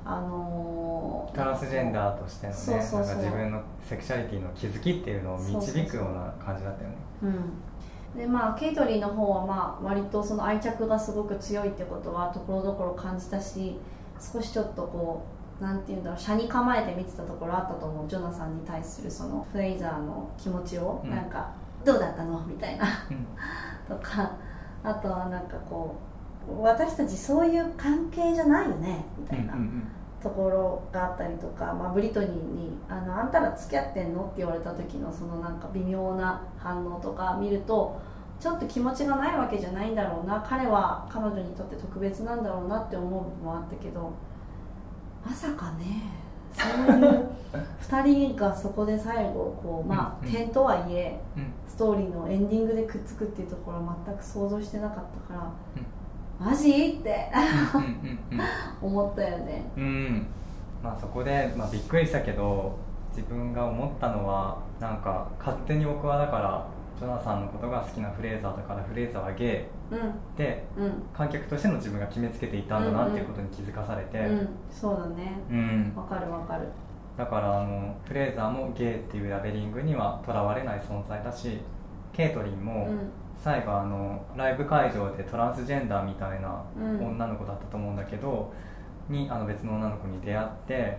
あのー、 トランスジェンダーとしてのね、 そうそうそう、 なんか自分のセクシャリティの気づきっていうのを導くような感じだったよね。 そうそうそう、うん、でまあケイトリーの方はまあ割とその愛着がすごく強いってことはところどころ感じたし、少しちょっとこうなんていうんだろう、車に構えて見てたところあったと思う。ジョナサンに対するそのフレイザーの気持ちを、うん、なんかどうだったのみたいな、うん、とか、あとはなんかこう私たちそういう関係じゃないよねみたいなところがあったりとか、まあ、ブリトニーにあの「あんたら付き合ってんの?」って言われた時のそのなんか微妙な反応とか見ると、ちょっと気持ちがないわけじゃないんだろうな、彼は彼女にとって特別なんだろうなって思う部分もあったけど、まさかねそういうふたりがそこで最後こう、まあ、点とはいえストーリーのエンディングでくっつくっていうところは全く想像してなかったから、マジって思ったよね。 うん、まあ、そこで、まあ、びっくりしたけど、自分が思ったのはなんか勝手に僕はだからジョナサンのことが好きなフレーザーだからフレーザーはゲイ、うん、で、うん、観客としての自分が決めつけていたんだなっていうことに気づかされて、 うんうん、そうだね、うん、わかるわかる。 だからあのフレーザーもゲイっていうラベリングにはとらわれない存在だし、ケイトリンも最後あのライブ会場でトランスジェンダーみたいな女の子だったと思うんだけど、うん、にあの別の女の子に出会って、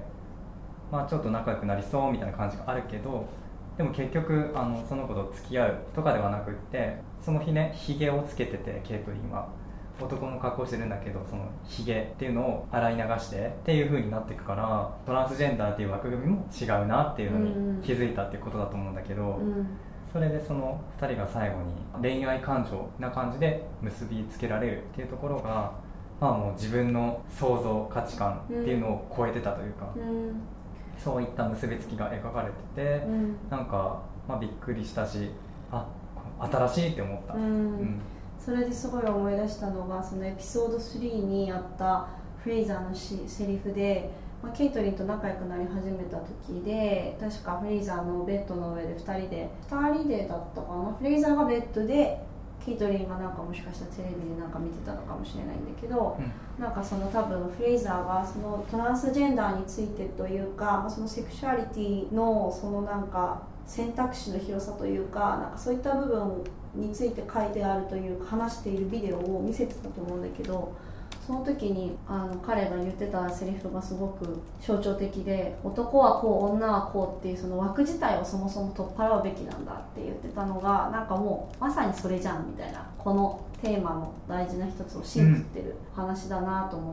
まあ、ちょっと仲良くなりそうみたいな感じがあるけど、でも結局あのその子と付き合うとかではなくって、その日ねヒゲをつけてて、ケイトリンは男の格好してるんだけど、そのヒゲっていうのを洗い流してっていう風になっていくから、トランスジェンダーっていう枠組みも違うなっていうのに気づいたっていうことだと思うんだけど、うん、それでそのふたりが最後に恋愛感情な感じで結びつけられるっていうところが、まあ、もう自分の想像価値観っていうのを超えてたというか、うん、そういった結びつきが描かれてて、うん、なんか、まあ、びっくりしたし、あ、新しいって思った。うんうん、 それですごい思い出したのが、そのエピソードスリーにあったフレイザーのセリフで、まあ、ケイトリンと仲良くなり始めた時で、確かフレイザーのベッドの上でふたりでふたりでだったかな、フレイザーがベッドでケイトリンがなんかもしかしたらテレビでなんか見てたのかもしれないんだけど、うん、なんかその多分フレイザーがそのトランスジェンダーについてというか、まあ、そのセクシュアリティのそのなんか選択肢の広さというか、なんかそういった部分について書いてあるというか話しているビデオを見せてたと思うんだけど、その時にあの彼が言ってたセリフがすごく象徴的で、男はこう女はこうっていうその枠自体をそもそも取っ払うべきなんだって言ってたのが、なんかもうまさにそれじゃんみたいな、このテーマの大事な一つを信じてる話だなと思って、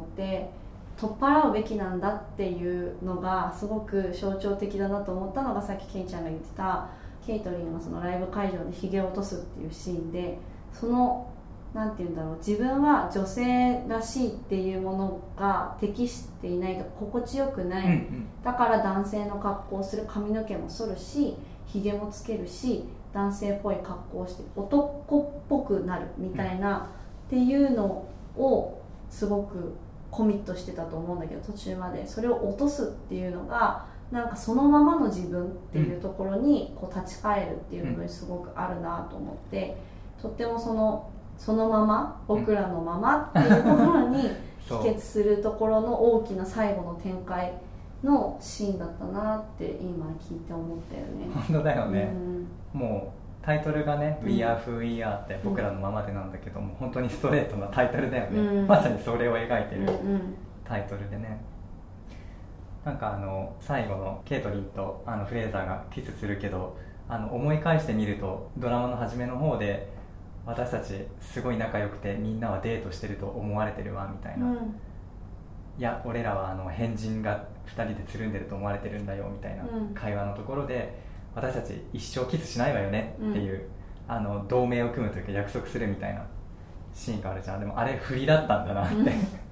うん、取っ払うべきなんだっていうのがすごく象徴的だなと思ったのが、さっきケイちゃんが言ってたケイトリンのそのライブ会場でヒゲを落とすっていうシーンで、そのなんていうんだろう、自分は女性らしいっていうものが適していないと心地よくない、うんうん、だから男性の格好をする、髪の毛も剃るしヒゲもつけるし男性っぽい格好をして男っぽくなるみたいな、うん、っていうのをすごくコミットしてたと思うんだけど、途中までそれを落とすっていうのがなんかそのままの自分っていうところにこう立ち返るっていう部分にすごくあるなと思って、とってもそのそのまま僕らのままっていうところに帰結するところの大きな最後の展開のシーンだったなって今聞いて思ったよね。 本当だよね、うん、もうタイトルがね、うん、We are who we are って僕らのままでなんだけども、うん、本当にストレートなタイトルだよね、うん、まさにそれを描いてるタイトルでね、なんかあの最後のケイトリンとあのフレーザーがキスするけど、あの思い返してみるとドラマの初めの方で私たちすごい仲良くてみんなはデートしてると思われてるわみたいな、うん、いや俺らはあの変人がふたりでつるんでると思われてるんだよみたいな会話のところで、うん、私たち一生キスしないわよねっていう、うん、あの同盟を組むというか約束するみたいなシーンがあるじゃん。でもあれ振りだったんだなって、うん、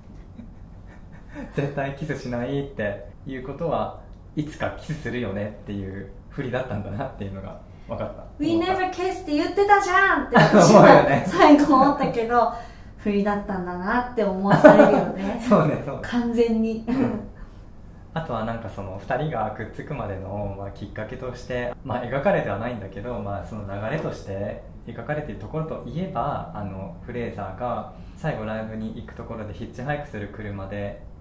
絶対キスしないっていうことはいつかキスするよねっていう振りだったんだなっていうのが分かった。 We never kiss って言ってたじゃんって私は最後思ったけど振りだったんだなって思わされるよねそうね、そうね、 完全に、うん、 あとはなんかそのふたりがくっつくまでの、まあ、きっかけとして、まあ、描かれてはないんだけど、まあ、その流れとして描かれているところといえば、あのフレーザーが最後ライブに行くところでヒッチハイクする車で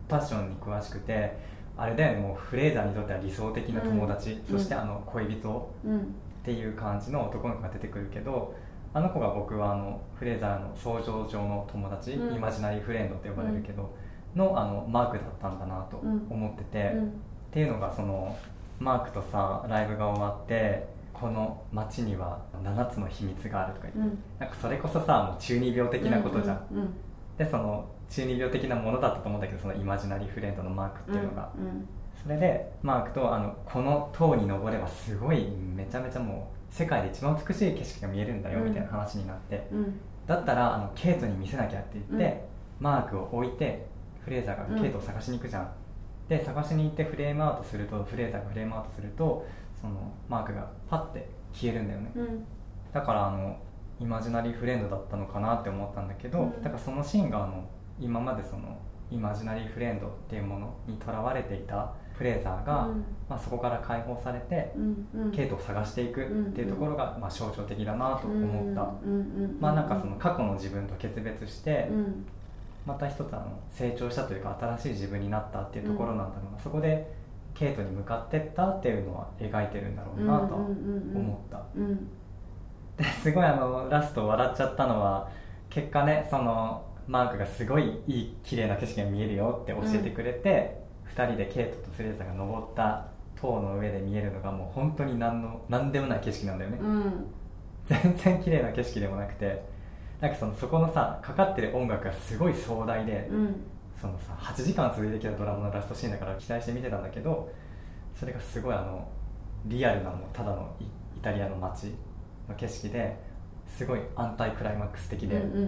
パッションに詳しくて、あれだよね、もうフレーザーにとっては理想的な友達、うん、そしてあの恋人っていう感じの男の子が出てくるけど、あの子が僕はあのフレーザーの想像上の友達、うん、イマジナリーフレンドって呼ばれるけど、うん、の, あのマークだったんだなと思ってて、うん、っていうのがそのマークとさライブが終わって、この街にはななつの秘密があるとか言って、うん、なんかそれこそさもう中二病的なことじゃん、うんうんうん、でその中二病的なものだったと思うんだけど、そのイマジナリーフレンドのマークっていうのが、うんうん、それでマークとあのこの塔に登ればすごいめちゃめちゃもう世界で一番美しい景色が見えるんだよみたいな話になって、うん、だったらあのケイトに見せなきゃって言って、うん、マークを置いてフレーザーがケイトを探しに行くじゃん、うん、で探しに行ってフレームアウトすると、フレーザーがフレームアウトするとそのマークがパッて消えるんだよね、うん、だからあのイマジナリーフレンドだったのかなって思ったんだけど、うん、だからそのシーンがあの今までそのイマジナリーフレンドっていうものにとらわれていたフレーザーが、うんまあ、そこから解放されて、うんうん、ケイトを探していくっていうところが、まあ、象徴的だなと思った、まあなんかその過去の自分と決別して、うん、また一つあの成長したというか新しい自分になったっていうところなんだろうな、うん、そこでケイトに向かってったっていうのは描いてるんだろうなとは思った、うんうんうん、ですごいあのラスト笑っちゃったのは、結果ねそのマークがすごいいい綺麗な景色が見えるよって教えてくれて、うん、ふたりでケイトとフレーザーが登った塔の上で見えるのがもう本当に何の何でもない景色なんだよね、うん、全然綺麗な景色でもなくて、なんかそのそこのさかかってる音楽がすごい壮大で、うん、そのさはちじかん続いてきたドラマのラストシーンだから期待して見てたんだけど、それがすごいあのリアルなもうただの イ, イタリアの街の景色ですごいアンタイクライマックス的で、うんうんうんうん、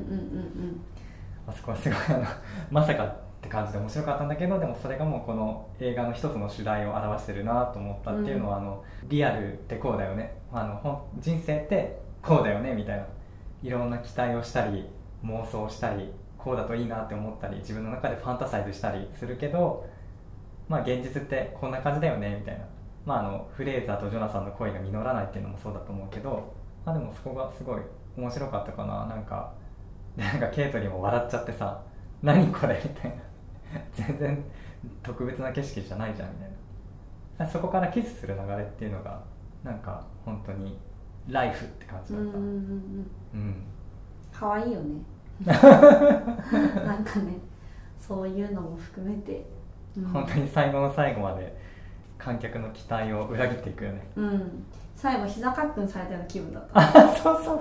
あそこはすごいあのまさかって感じで面白かったんだけど、でもそれがもうこの映画の一つの主題を表してるなと思ったっていうのは、うん、あのリアルってこうだよね、あの人生ってこうだよねみたいな、いろんな期待をしたり妄想したりこうだといいなって思ったり自分の中でファンタサイズしたりするけど、まあ現実ってこんな感じだよねみたいな、まあ、あのフレーザーとジョナサンの恋が実らないっていうのもそうだと思うけど、まあ、でもそこがすごい面白かったかな。なんかなんかケイトにも笑っちゃってさ、何これみたいな全然特別な景色じゃないじゃんみたいな、そこからキスする流れっていうのがなんか本当にライフって感じだった。うんうんうん、うん、 かわいいよねなんかねそういうのも含めて、 うん、本当に最後の最後まで観客の期待を裏切っていくよね。 うん、最後膝かっくんされたような気分だった。 あ、そうそう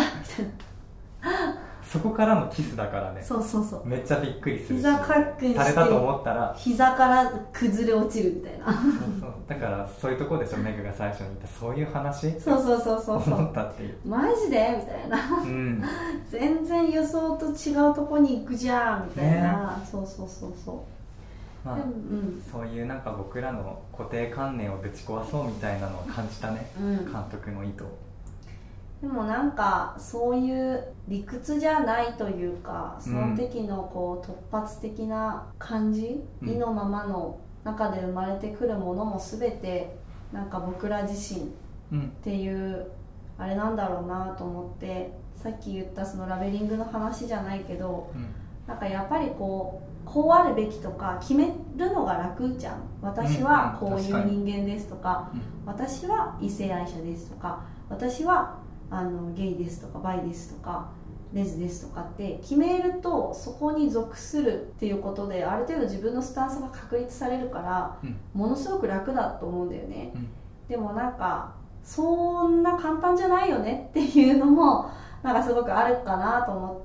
そこからのキスだからね。 そうそうそう。 めっちゃびっくりするし、 膝かっくんしてされたと思ったら膝から崩れ落ちるみたいな。そうそう。だからそういうところでしょ、メグが最初に言ったそういう話。 そうそうそうそうそう。 思ったっていう。 マジでみたいな。うん。全然予想と違うとこに行くじゃんみたいな。ね、そうそうそうそう。 まあ、うん、そういうなんか僕らの固定観念をぶち壊そうみたいなのを感じたね、うん、監督の意図。 でもなんかそういう理屈じゃないというか、その時のこう突発的な感じ、うん、意のままの中で生まれてくるものも全てなんか僕ら自身っていうあれなんだろうなと思って、さっき言ったそのラベリングの話じゃないけど、うん、なんかやっぱりこうこうあるべきとか決めるのが楽じゃん。私はこういう人間ですとか、うん、私は異性愛者ですとか、私はあのゲイですとかバイですとかレズですとかって決めると、そこに属するっていうことである程度自分のスタンスが確立されるから、うん、ものすごく楽だと思うんだよね、うん、でもなんかそんな簡単じゃないよねっていうのもなんかすごくあるかなと思って、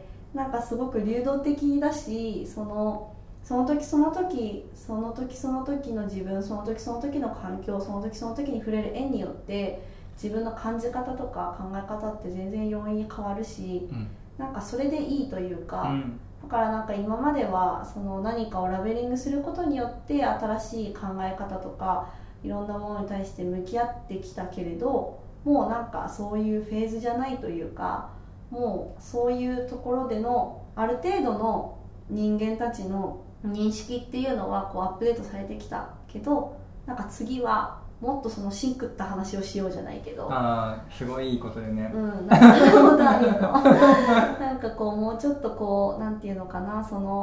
なんかすごく流動的だし、そのその時その時その時その時の自分、その時その時の環境、その時その時に触れる縁によって自分の感じ方とか考え方って全然容易に変わるし、うん、なんかそれでいいというか、うん、だからなんか今まではその何かをラベリングすることによって新しい考え方とかいろんなものに対して向き合ってきたけれど、もうなんかそういうフェーズじゃないというか、もうそういうところでのある程度の人間たちの認識っていうのはこうアップデートされてきたけど、なんか次はもっとそのシンクった話をしようじゃないけど、 ああすごいいいことだよね。 うん、なんかなるほどありがとうなんかこうもうちょっとこうなんていうのかな、その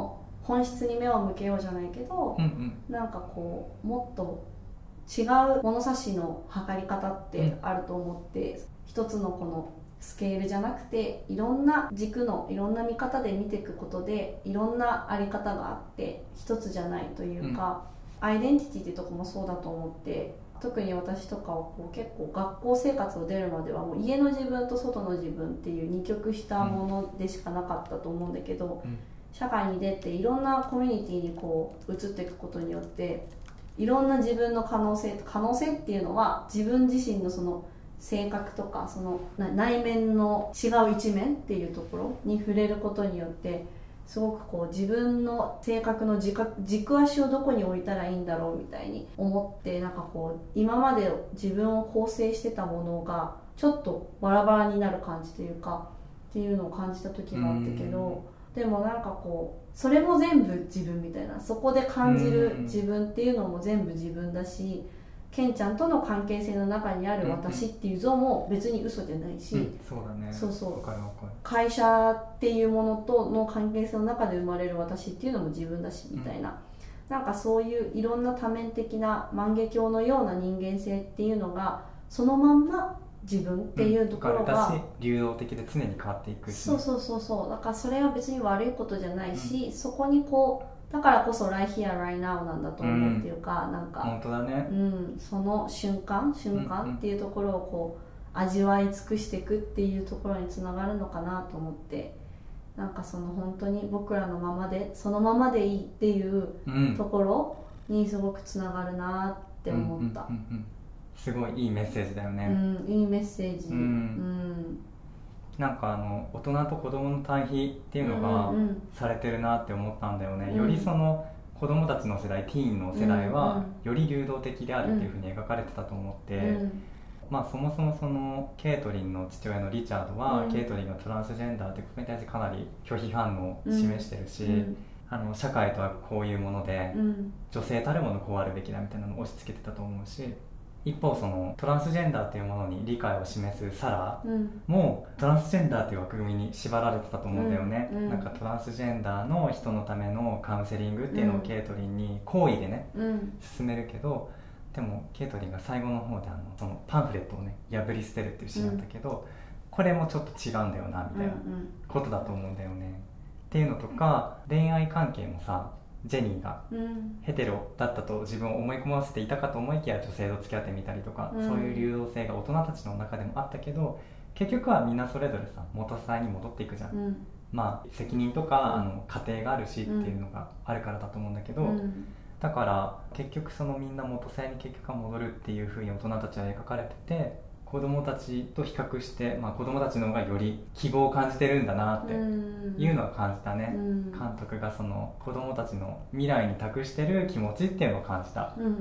本質に目を向けようじゃないけど、 うんうん、 なんかこうもっと違う物差しの測り方ってあると思って、うん、一つのこのスケールじゃなくていろんな軸のいろんな見方で見ていくことでいろんなあり方があって一つじゃないというか、うん、アイデンティティっていうところもそうだと思って、特に私とかはこう結構学校生活を出るまではもう家の自分と外の自分っていう二極したものでしかなかったと思うんだけど、うん、社会に出ていろんなコミュニティにこう移っていくことによっていろんな自分の可能性可能性っていうのは自分自身のその性格とかその内面の違う一面っていうところに触れることによってすごくこう自分の性格の 軸, 軸足をどこに置いたらいいんだろうみたいに思って、なんかこう今まで自分を構成してたものがちょっとバラバラになる感じというかっていうのを感じた時があったけど、でもなんかこうそれも全部自分みたいな、そこで感じる自分っていうのも全部自分だし、ケンちゃんとの関係性の中にある私っていう像も別に嘘じゃないし、うん、 そうだね、 そうそう、 わかるわかる、 会社っていうものとの関係性の中で生まれる私っていうのも自分だしみたいな、うん、なんかそういういろんな多面的な万華鏡のような人間性っていうのがそのまんま自分っていうところが、 うん、流動的で常に変わっていくし、 そうそうそうそう、だからそれは別に悪いことじゃないし、うん、そこにこうだからこそ right here right now なんだと思うっていうか、うん、なんか本当だね、 うん、その瞬間瞬間っていうところをこう味わい尽くしていくっていうところにつながるのかなと思って、なんかその本当に僕らのままでそのままでいいっていうところにすごくつながるなって思った、うんうんうんうん、 すごいいいメッセージだよね、 うん、いいメッセージ、うん、 うんなんかあの大人と子供の対比っていうのがされてるなって思ったんだよね、うんうん、よりその子供たちの世代、ティーンの世代はより流動的であるっていうふうに描かれてたと思って、うん、まあそもそもそのケイトリンの父親のリチャードは、うん、ケイトリンがトランスジェンダーってことに対してかなり拒否反応を示してるし、うんうん、あの社会とはこういうもので、うん、女性たるものこうあるべきだみたいなのを押し付けてたと思うし、一方そのトランスジェンダーっていうものに理解を示すサラも、うん、トランスジェンダーっていう枠組みに縛られてたと思うんだよね、うんうん、なんかトランスジェンダーの人のためのカウンセリングっていうのをケイトリンに好意でね、うん、進めるけど、でもケイトリンが最後の方であのそのパンフレットをね破り捨てるっていうシーンだったけど、うん、これもちょっと違うんだよなみたいなことだと思うんだよね、うんうん、っていうのとか、恋愛関係もさジェニーがヘテロだったと自分を思い込ませていたかと思いきや女性と付き合ってみたりとか、うん、そういう流動性が大人たちの中でもあったけど、結局はみんなそれぞれさ元妻に戻っていくじゃん、うん、まあ責任とか、うん、あの家庭があるしっていうのがあるからだと思うんだけど、うん、だから結局そのみんな元妻に結局は戻るっていう風に大人たちは描かれてて、子供たちと比較して、まあ、子供たちの方がより希望を感じてるんだなっていうのは感じたね、うん、監督がその子供たちの未来に託してる気持ちっていうのを感じた。だ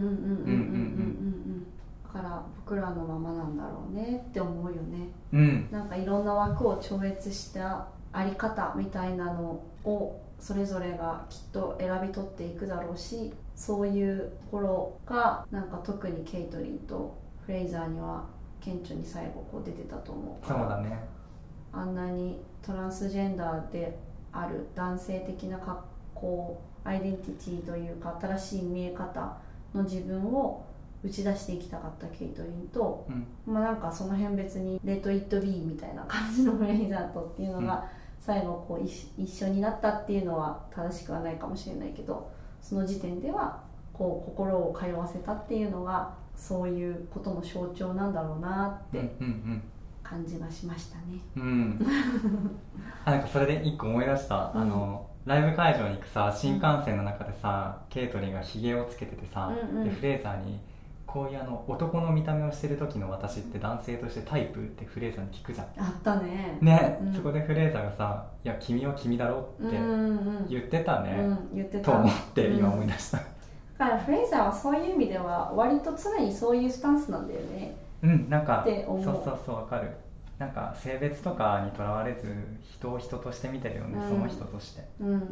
から僕らのままなんだろうねって思うよね、 うん、 なんかいろんな枠を超越したあり方みたいなのをそれぞれがきっと選び取っていくだろうし、そういうところがなんか特にケイトリンとフレイザーには顕著に最後こう出てたと思うから、 そうだね、 あんなにトランスジェンダーである男性的な格好、アイデンティティというか新しい見え方の自分を打ち出していきたかったケイトリンと、うん、まあなんかその辺別にレッド・イット・ビーみたいな感じのフレイザーとっていうのが最後こう一緒になったっていうのは正しくはないかもしれないけど、その時点ではこう心を通わせたっていうのがそういうことの象徴なんだろうなって感じがしましたね、 うんうんうん、あ、なんかそれで一個思い出した、うん、あのライブ会場に行くさ新幹線の中でさ、うん、ケイトリンがヒゲをつけててさ、うんうん、でフレーザーにこういうあの男の見た目をしてる時の私って男性としてタイプってフレーザーに聞くじゃん。 あったねね、うん、そこでフレーザーがさいや君は君だろって言ってたね、 うんうん、言ってたと思って今思い出した、うん、 だからフレイザーはそういう意味では割と常にそういうスタンスなんだよね。 うん、なんかそうそうそうわかる。なんか性別とかにとらわれず人を人として見てるよね、うん、その人として、 うんうん、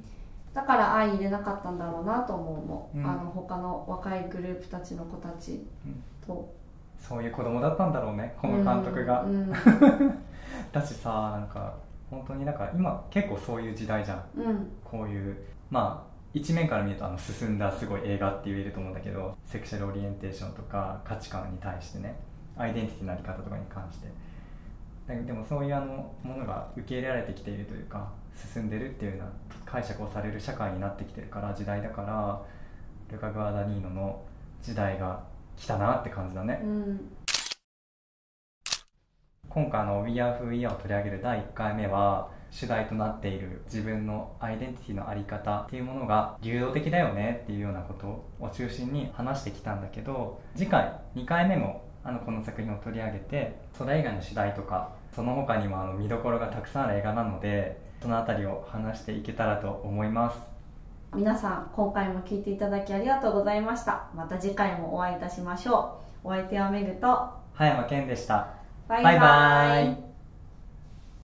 だから相入れなかったんだろうなと思うの、うん、あの他の若いグループたちの子たちと、うん、 そういう子供だったんだろうねこの監督が、うんうん、だしさなんか本当になんか今結構そういう時代じゃん、 うん、 こういうまあ一面から見るとあの進んだすごい映画って言えると思うんだけど、セクシャルオリエンテーションとか価値観に対してね、アイデンティティのあり方とかに関して、でもそういうあのものが受け入れられてきているというか、進んでるっていうような解釈をされる社会になってきてるから時代だから、ルカ・グアダニーノの時代が来たなって感じだね、 うん、 今回の We Are Who We Are を取り上げるだいいっかいめは主題となっている自分のアイデンティティのあり方っていうものが流動的だよねっていうようなことを中心に話してきたんだけど、次回にかいめもあのこの作品を取り上げて、それ以外の主題とかその他にもあの見どころがたくさんある映画なので、そのあたりを話していけたらと思います。 皆さん今回も聞いていただきありがとうございました。また次回もお会いいたしましょう。お相手はメグと葉山健でした。 バイバイ。バイバイ。